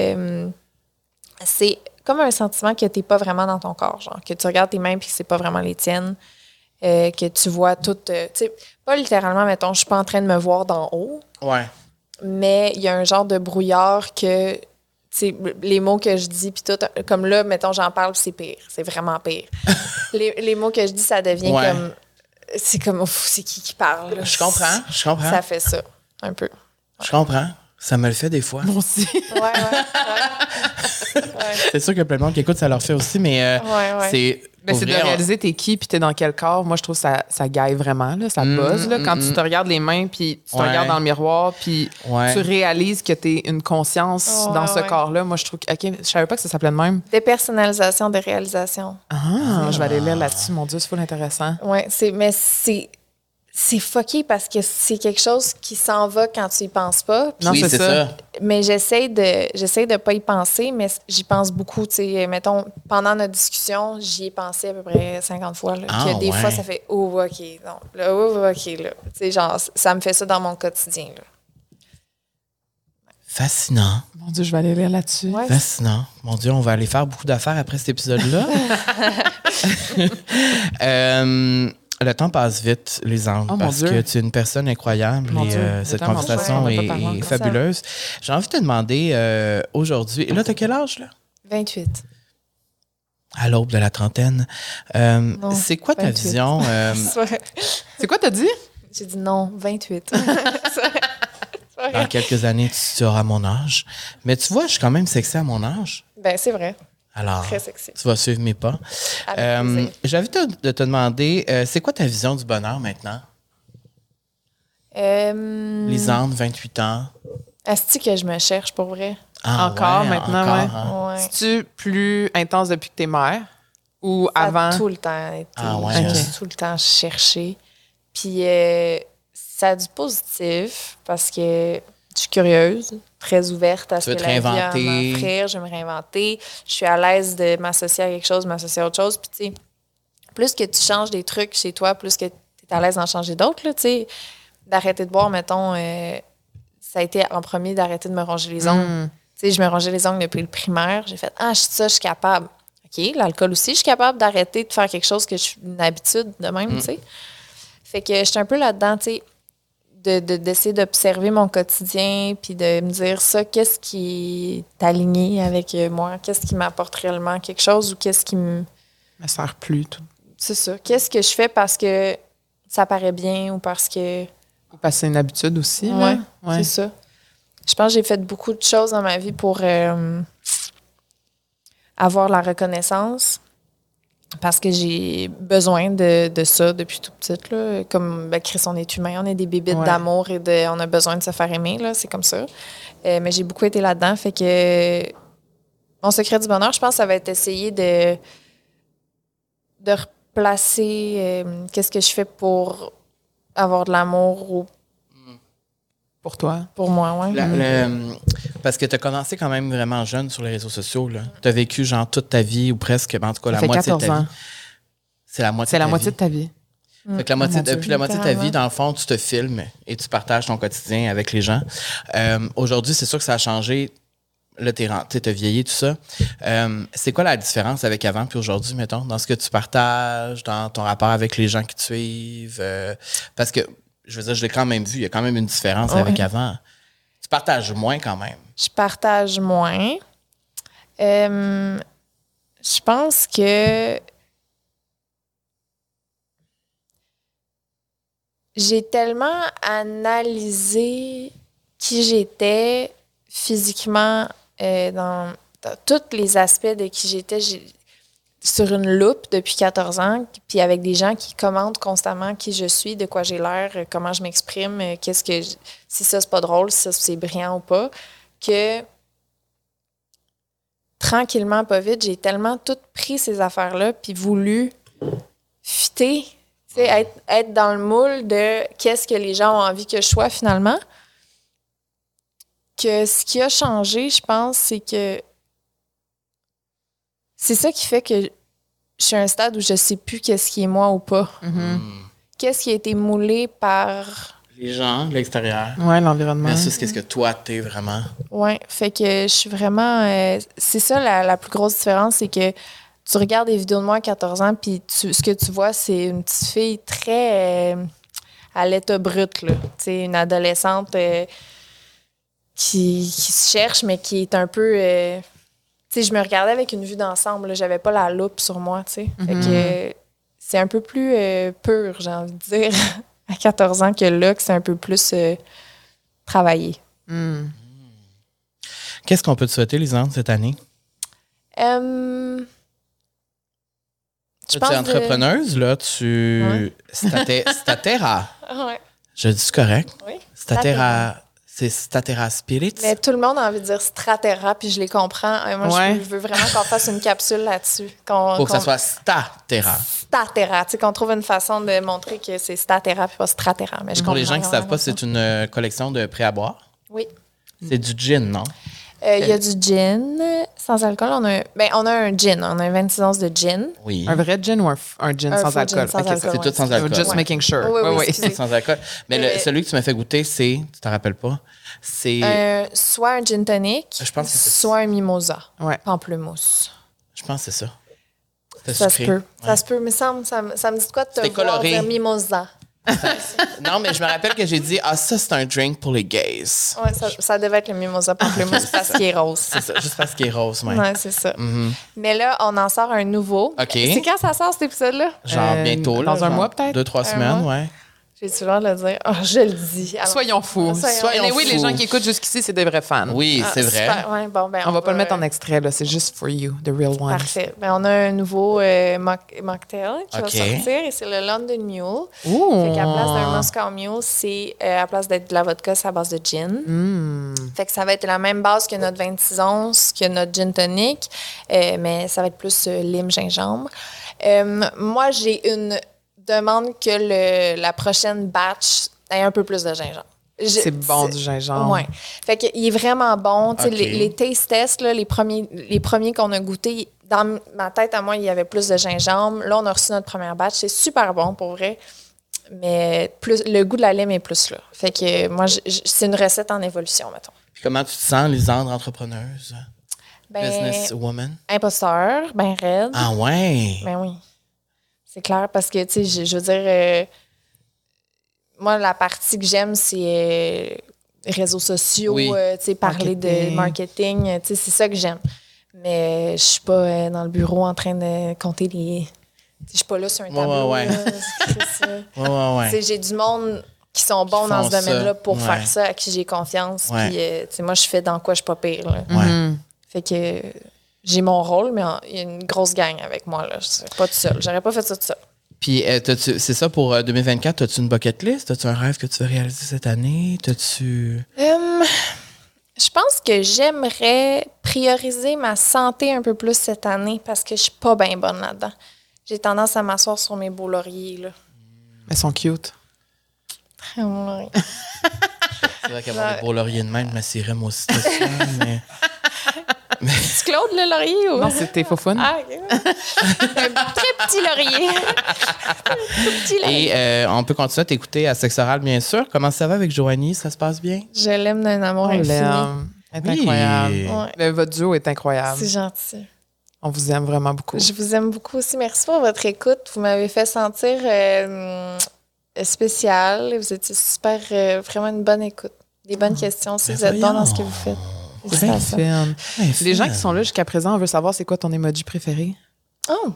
C'est comme un sentiment que t'es pas vraiment dans ton corps, genre, que tu regardes tes mains puis que c'est pas vraiment les tiennes, que tu vois tout... tu sais, pas littéralement, mettons, je suis pas en train de me voir d'en haut. Ouais. Mais il y a un genre de brouillard que... les mots que je dis, puis tout, comme là, mettons, j'en parle, puis c'est pire. C'est vraiment pire. les mots que je dis, ça devient comme... C'est comme, ouf, c'est qui parle? Là. Je comprends. Ça fait ça, un peu. Je comprends. Ça me le fait des fois. Moi aussi. Ouais. C'est sûr qu'il y a plein de monde qui écoute, ça leur fait aussi, mais c'est... Mais c'est de réaliser t'es qui puis t'es dans quel corps. Moi, je trouve que ça gaille vraiment, là, ça buzz. Là, quand tu te regardes les mains puis tu te regardes dans le miroir puis tu réalises que t'es une conscience dans ce corps-là. Moi, je trouve que... OK, je savais pas que ça s'appelait de même. Dépersonnalisation des réalisations. Je vais aller lire là-dessus. Mon Dieu, c'est full intéressant. Ouais, c'est fucké parce que c'est quelque chose qui s'en va quand tu y penses pas. Non, c'est ça. Mais j'essaie de pas y penser, mais j'y pense beaucoup. Tu sais, mettons, pendant notre discussion, j'y ai pensé à peu près 50 fois. Là, que des fois, ça fait « Oh, OK, non. » Là, « Oh, OK. » là. Tu sais, genre, ça me fait ça dans mon quotidien. Là. Fascinant. Mon Dieu, je vais aller lire là-dessus. Ouais. Fascinant. Mon Dieu, on va aller faire beaucoup d'affaires après cet épisode-là. Le temps passe vite, Lisandre, parce que tu es une personne incroyable et cette conversation est fabuleuse. J'ai envie de te demander aujourd'hui, et là, tu as quel âge, là? 28. À l'aube de la trentaine. C'est quoi 28. Ta vision? C'est quoi t'as dit? J'ai dit non, 28. Dans quelques années, tu auras mon âge. Mais tu vois, je suis quand même sexy à mon âge. Ben, c'est vrai. Alors, très sexy. Tu vas suivre mes pas. J'ai envie de te demander, c'est quoi ta vision du bonheur maintenant? Lisandre, 28 ans. Est-ce que je me cherche pour vrai? Encore maintenant, encore, ouais. C'est-tu plus intense depuis que t'es mère ou ça avant? A tout le temps été. J'ai tout le temps cherché. Puis ça a du positif parce que je suis curieuse, très ouverte à ce que la vie a à m'offrir. Je vais me réinventer. Je suis à l'aise de m'associer à quelque chose, m'associer à autre chose. Puis, tu sais, plus que tu changes des trucs chez toi, plus que tu es à l'aise d'en changer d'autres. Tu sais, d'arrêter de boire, mettons, ça a été en premier d'arrêter de me ronger les ongles. Tu sais, je me rongeais les ongles depuis le primaire. J'ai fait, je suis capable. OK, l'alcool aussi, je suis capable d'arrêter de faire quelque chose que je suis une habitude de même, tu sais. Fait que je suis un peu là-dedans, tu sais. D'essayer d'observer mon quotidien puis de me dire ça, qu'est-ce qui est aligné avec moi, qu'est-ce qui m'apporte réellement quelque chose ou qu'est-ce qui me sert plus tout. C'est ça. Qu'est-ce que je fais parce que ça paraît bien ou parce que... Ou parce que c'est une habitude aussi. Ouais. C'est ça. Je pense que j'ai fait beaucoup de choses dans ma vie pour avoir la reconnaissance. Parce que j'ai besoin de ça depuis tout petite. Là. Comme Chris, on est humain, on est des bébites d'amour et on a besoin de se faire aimer. Là, c'est comme ça. Mais j'ai beaucoup été là-dedans. Fait que mon secret du bonheur, je pense que ça va être essayer de replacer qu'est-ce que je fais pour avoir de l'amour ou pour toi. Pour moi, oui. Parce que tu as commencé quand même vraiment jeune sur les réseaux sociaux. Tu as vécu genre toute ta vie ou presque, en tout cas, ça la fait moitié 14 de ta ans. vie. C'est la moitié de ta vie. Fait que depuis la moitié de ta vie, dans le fond, tu te filmes et tu partages ton quotidien avec les gens. Aujourd'hui, c'est sûr que ça a changé. Là, t'as vieilli, tout ça. C'est quoi la différence avec avant puis aujourd'hui, mettons, dans ce que tu partages, dans ton rapport avec les gens qui te suivent? Parce que, je veux dire, je l'ai quand même vu, il y a quand même une différence avec avant. Tu partages moins quand même. Je partage moins. Je pense que j'ai tellement analysé qui j'étais physiquement dans tous les aspects de qui j'étais sur une loupe depuis 14 ans, puis avec des gens qui commentent constamment qui je suis, de quoi j'ai l'air, comment je m'exprime, si ça c'est pas drôle, si ça c'est brillant ou pas, que tranquillement, pas vite, j'ai tellement tout pris ces affaires-là puis voulu fitter, être dans le moule de qu'est-ce que les gens ont envie que je sois finalement, que ce qui a changé, je pense, c'est que c'est ça qui fait que je suis à un stade où je sais plus qu'est-ce qui est moi ou pas. Mm-hmm. Qu'est-ce qui a été moulé par les gens, l'extérieur. Ouais, l'environnement. Versus qu'est-ce que toi, t'es vraiment. Ouais, fait que je suis vraiment... c'est ça la plus grosse différence, c'est que tu regardes des vidéos de moi à 14 ans, puis ce que tu vois, c'est une petite fille très à l'état brut, là. Tu sais, une adolescente qui se cherche, mais qui est un peu... tu sais, je me regardais avec une vue d'ensemble, là. J'avais pas la loupe sur moi, tu sais. Fait que c'est un peu plus pur, j'ai envie de dire, à 14 ans que là, que c'est un peu plus travaillé. Mm. Qu'est-ce qu'on peut te souhaiter, Lisande, cette année? Tu es entrepreneuse, là, Statera. Ouais. Je dis correct? Oui. Statera. C'est Statera Spirits. Mais tout le monde a envie de dire Stratera, puis je les comprends. Moi, je veux vraiment qu'on fasse une capsule là-dessus. Pour que ça soit Statera. Statera. Tu sais, qu'on trouve une façon de montrer que c'est Statera, puis pas Stratera. Mais pour les gens qui ne savent pas, c'est une collection de prêts à boire. Oui. C'est du gin, non? Il y a du gin sans alcool. On a un gin. On a 26 onces de gin. Oui. Un vrai gin ou un gin sans alcool? C'est tout sans alcool. Just making sure. Oui. C'est sans alcool. Mais celui que tu m'as fait goûter, tu t'en rappelles pas? C'est... soit un gin tonic, soit un mimosa. Ouais. Pamplemousse. Je pense que c'est ça. Ça se peut. Ça se peut, mais ça me dit de quoi de te voir dire mimosa? Non, mais je me rappelle que j'ai dit, ça, c'est un drink pour les gays. Oui, ça devait être le mimosa pamplemousse parce qu'il est rose. C'est ça, juste parce qu'il est rose, ouais. Oui, c'est ça. Mm-hmm. Mais là, on en sort un nouveau. OK. C'est quand ça sort, cet épisode-là? Genre bientôt, là. Dans un mois, peut-être? 2-3 semaines, ouais. J'ai-tu l'air de le dire? Je le dis. Alors, soyons fous. Oui, les gens qui écoutent jusqu'ici, c'est des vrais fans. Oui, c'est vrai. Ouais, bon, on va pas le mettre en extrait, là. C'est juste for you, the real one. Parfait. On a un nouveau mocktail qui va sortir et c'est le London Mule. Fait qu'à place d'un Moscow Mule, c'est à place d'être de la vodka, c'est à base de gin. Fait que ça va être la même base que notre 26 onces, que notre gin tonic, mais ça va être plus lime, gingembre. Moi, j'ai une demande que la prochaine batch ait un peu plus de gingembre. C'est bon du gingembre. Oui. Fait qu'il est vraiment bon. Okay. Les taste tests, là, les premiers qu'on a goûtés, dans ma tête à moi, il y avait plus de gingembre. Là, on a reçu notre première batch. C'est super bon pour vrai. Mais le goût de la lime est plus là. Fait que moi, c'est une recette en évolution, mettons. Puis comment tu te sens, Lisandre, entrepreneuse? Businesswoman? Imposteur, ben raide. Ah ouais? Ben oui. C'est clair parce que, tu sais, je veux dire, moi, la partie que j'aime, c'est réseaux sociaux, tu sais, parler de marketing, tu sais, c'est ça que j'aime. Mais je suis pas dans le bureau en train de compter les... Je suis pas là sur un tableau. Ouais. C'est ça. Ouais. J'ai du monde qui sont bons dans ce domaine-là pour faire ça, à qui j'ai confiance. Puis, tu sais, moi, je fais dans quoi je suis pas pire. Là. Ouais. Fait que... j'ai mon rôle, mais il y a une grosse gang avec moi. Là. Je suis pas toute seule. J'aurais pas fait ça toute seule. Puis, c'est ça pour 2024? As-tu une bucket list? As-tu un rêve que tu veux réaliser cette année? Je pense que j'aimerais prioriser ma santé un peu plus cette année parce que je suis pas bien bonne là-dedans. J'ai tendance à m'asseoir sur mes beaux lauriers. Là. Elles sont cute. Très beaux lauriers. C'est vrai qu'avoir des beaux lauriers de même, je m'assirais moi aussi. Mais... C'est Claude le laurier ou? Non, c'était faux fun. Ah, OK. Un très petit laurier. Tout petit laurier. Et on peut continuer à t'écouter à Sexe Oral, bien sûr. Comment ça va avec Joanie? Ça se passe bien? Je l'aime d'un amour On infini. l'aime. Elle est Oui. incroyable. Ouais. Votre duo est incroyable. C'est gentil. On vous aime vraiment beaucoup. Je vous aime beaucoup aussi. Merci pour votre écoute. Vous m'avez fait sentir spécial. Vous étiez super, vraiment une bonne écoute. Des bonnes questions si Ben vous êtes bon voyons. dans ce que vous faites. C'est Félicitations. fun. Ouais, Les gens fun. qui sont là jusqu'à présent, on veut savoir c'est quoi ton emoji préféré? Oh!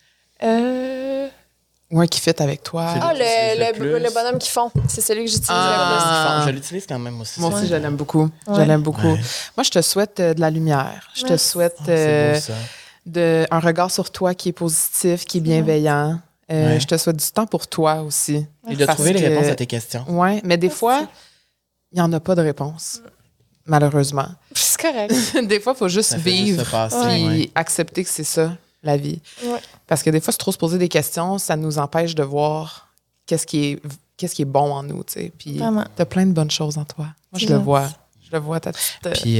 Ou un qui fit avec toi. C'est Ah, l'utilises le plus. le bonhomme qui fond. C'est celui que j'utilise Ah. Je l'utilise quand même aussi. Moi ça. aussi, je l'aime beaucoup. Je Ouais. l'aime beaucoup. Ouais. Moi, je te souhaite de la lumière. Je te Merci. souhaite C'est beau, ça. un regard sur toi qui est positif, qui est bienveillant. Ouais. Je te souhaite du temps pour toi aussi. Et de Parce trouver les que- réponses à tes questions. Oui, mais des fois, il n'y en a pas de réponse, malheureusement. C'est correct. Des fois, il faut juste Ça fait juste vivre se passer, puis ouais. accepter que c'est ça, la vie. Ouais. Parce que des fois, c'est trop se poser des questions, ça nous empêche de voir qu'est-ce qui est bon en nous, tu sais. Puis Vraiment. t'as plein de bonnes choses en toi. Moi, je le gentil. vois. Je le vois, ta petite... Puis,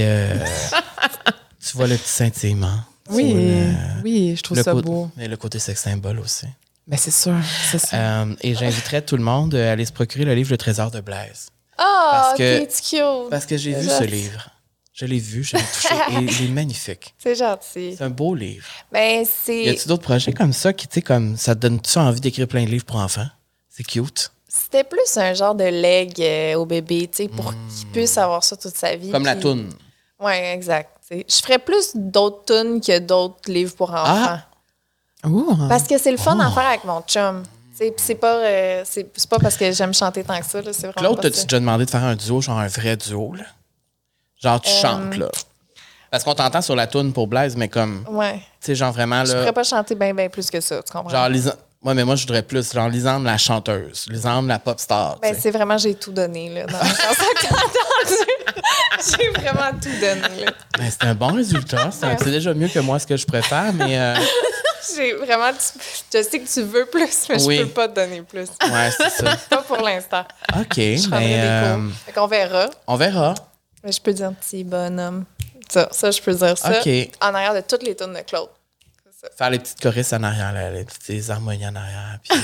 tu vois le petit scintillement. Oui, Tu vois le- oui, je trouve le ça côté- beau. Et le côté sex symbole aussi. Ben, c'est sûr, c'est sûr. Et j'inviterais tout le monde à aller se procurer le livre Le Trésor de Blaise. Ah, Parce que- t'es cute. Parce que j'ai vu C'est ce gentil. livre. Je l'ai vu, je l'ai touché. Et il est magnifique. C'est gentil. C'est un beau livre. Ben, Y c'est... a-tu d'autres projets comme ça qui, tu sais, comme ça te donne-tu envie d'écrire plein de livres pour enfants? C'est cute. C'était plus un genre de leg au bébé, tu sais, pour qu'il puisse avoir ça toute sa vie. Comme la puis- toune. Oui, exact. T'sais, je ferais plus d'autres tunes que d'autres livres pour enfants. Ouh, Parce que c'est le fun à faire avec mon chum. T'sais, pis c'est pas parce que j'aime chanter tant que ça. Là, c'est vraiment Claude, pas t'as-tu ça. déjà demandé de faire un duo, genre un vrai duo, là? Genre, tu chantes, là. Parce qu'on t'entend sur la toune pour Blaise, mais comme, Ouais. tu sais, genre vraiment, Je là. pourrais pas chanter bien plus que ça, tu comprends? Genre, ouais, mais moi, je voudrais plus, genre, Lisande la chanteuse, Lisande la pop star. Ben, tu sais. c'est vraiment, j'ai tout donné, là, dans la chanson que t'as entendue. J'ai vraiment tout donné, là. Ben, c'est un bon résultat. C'est déjà mieux que moi, ce que je préfère, mais. J'ai vraiment... Je sais que tu veux plus, mais Oui. je peux pas te donner plus. Ouais, c'est ça. Pas pour l'instant. OK, Je prendrai des ben, cours. Fait qu'on verra. on verra. Mais je peux dire petit bonhomme. Ça, je peux dire ça. OK. En arrière de toutes les tunes de Claude. Faire les petites choristes en arrière, là, les petites harmonies en arrière. Puis...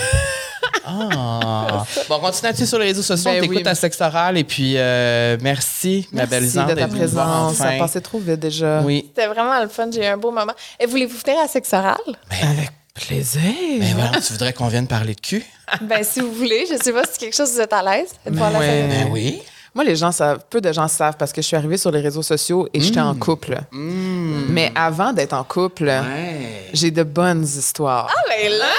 Ah! Bon, continue là-dessus sur les réseaux sociaux. Ben on t'écoute oui. à Sexe Oral. Et puis, merci, ma belle Merci Lisande, de ta d'être venue nous voir présence. Ça a enfin. passé trop vite déjà. Oui. C'était vraiment le fun. J'ai eu un beau moment. Et voulez-vous venir à Sexe Oral? Avec plaisir. Ben voilà, tu voudrais qu'on vienne parler de cul? Ben, si vous voulez. Je sais pas si c'est quelque chose où vous êtes à l'aise. Êtes-vous à l'aise ouais. avec- Ben oui. Moi, les gens savent, peu de gens savent parce que je suis arrivée sur les réseaux sociaux et j'étais en couple. Mais avant d'être en couple, Ouais. j'ai de bonnes histoires. Ah, ben là!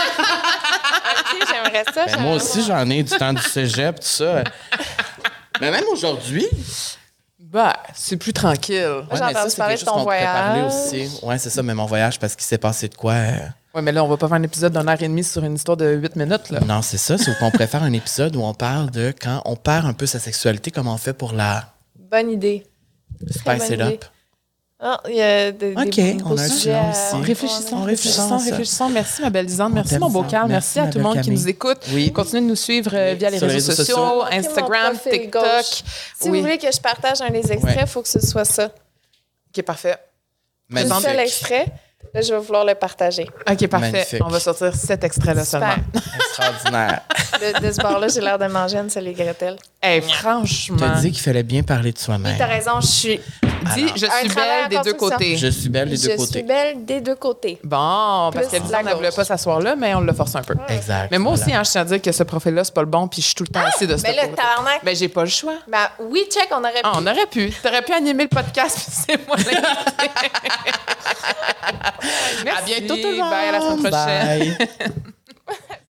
OK, j'aimerais ça. Ben, moi aussi, j'en ai du temps du cégep, tout ça. Mais même aujourd'hui. Bah, c'est plus tranquille. J'ai mais entendu c'est parler quelque de ton chose qu'on pourrait parler voyage. aussi. Ouais, c'est ça, mais mon voyage, parce qu'il s'est passé de quoi? Ouais, mais là, on va pas faire un épisode d'une heure et demie sur une histoire de 8 minutes, là. Non, c'est ça. C'est qu'on préfère un épisode où on parle de quand on perd un peu sa sexualité, comment on fait pour la Bonne idée. spice it bonne idée. up. Ah, il y a OK, des on beaux a un sujets. plan aussi. Réfléchissons. Merci, ma belle Lisande. Merci, t'aime mon beau ça. Carl. Merci, Merci à ma tout le monde belle qui Camille. nous écoute. Oui. Continuez de nous suivre via les Sur les réseaux réseaux sociaux, sociaux. Instagram, Mon profil TikTok. gauche. Si Oui. vous voulez que je partage un des extraits, il Ouais. faut que ce soit ça. OK, parfait. Un seul Magnifique. extrait. Là, je vais vouloir le partager. OK, parfait. Magnifique. On va sortir cet extrait-là Super. seulement. Extraordinaire. De ce bord-là, j'ai l'air de manger une seule Gretel. Hey, Je franchement, te dis qu'il fallait bien parler de soi-même. T'as raison, je suis. dis, je Un suis travail belle en des deux construction. côtés. Je suis belle des deux Je suis côtés. belle des deux côtés. Bon, parce Plus qu'elle la disait ne voulait gauche. pas s'asseoir là, mais on l'a forcé un peu. Exact. Mais moi Voilà. aussi, hein, je tiens à dire que ce profil-là, c'est pas le bon, puis je suis tout le temps assise de ce Mais là, côté. tabarnak. Ben, j'ai pas le choix. Ben oui, check, on aurait pu. Ah, on aurait pu. T'aurais pu animer le podcast, puis c'est moi l'invité. Merci. À bientôt tout le monde. Bye, à la semaine prochaine. Bye.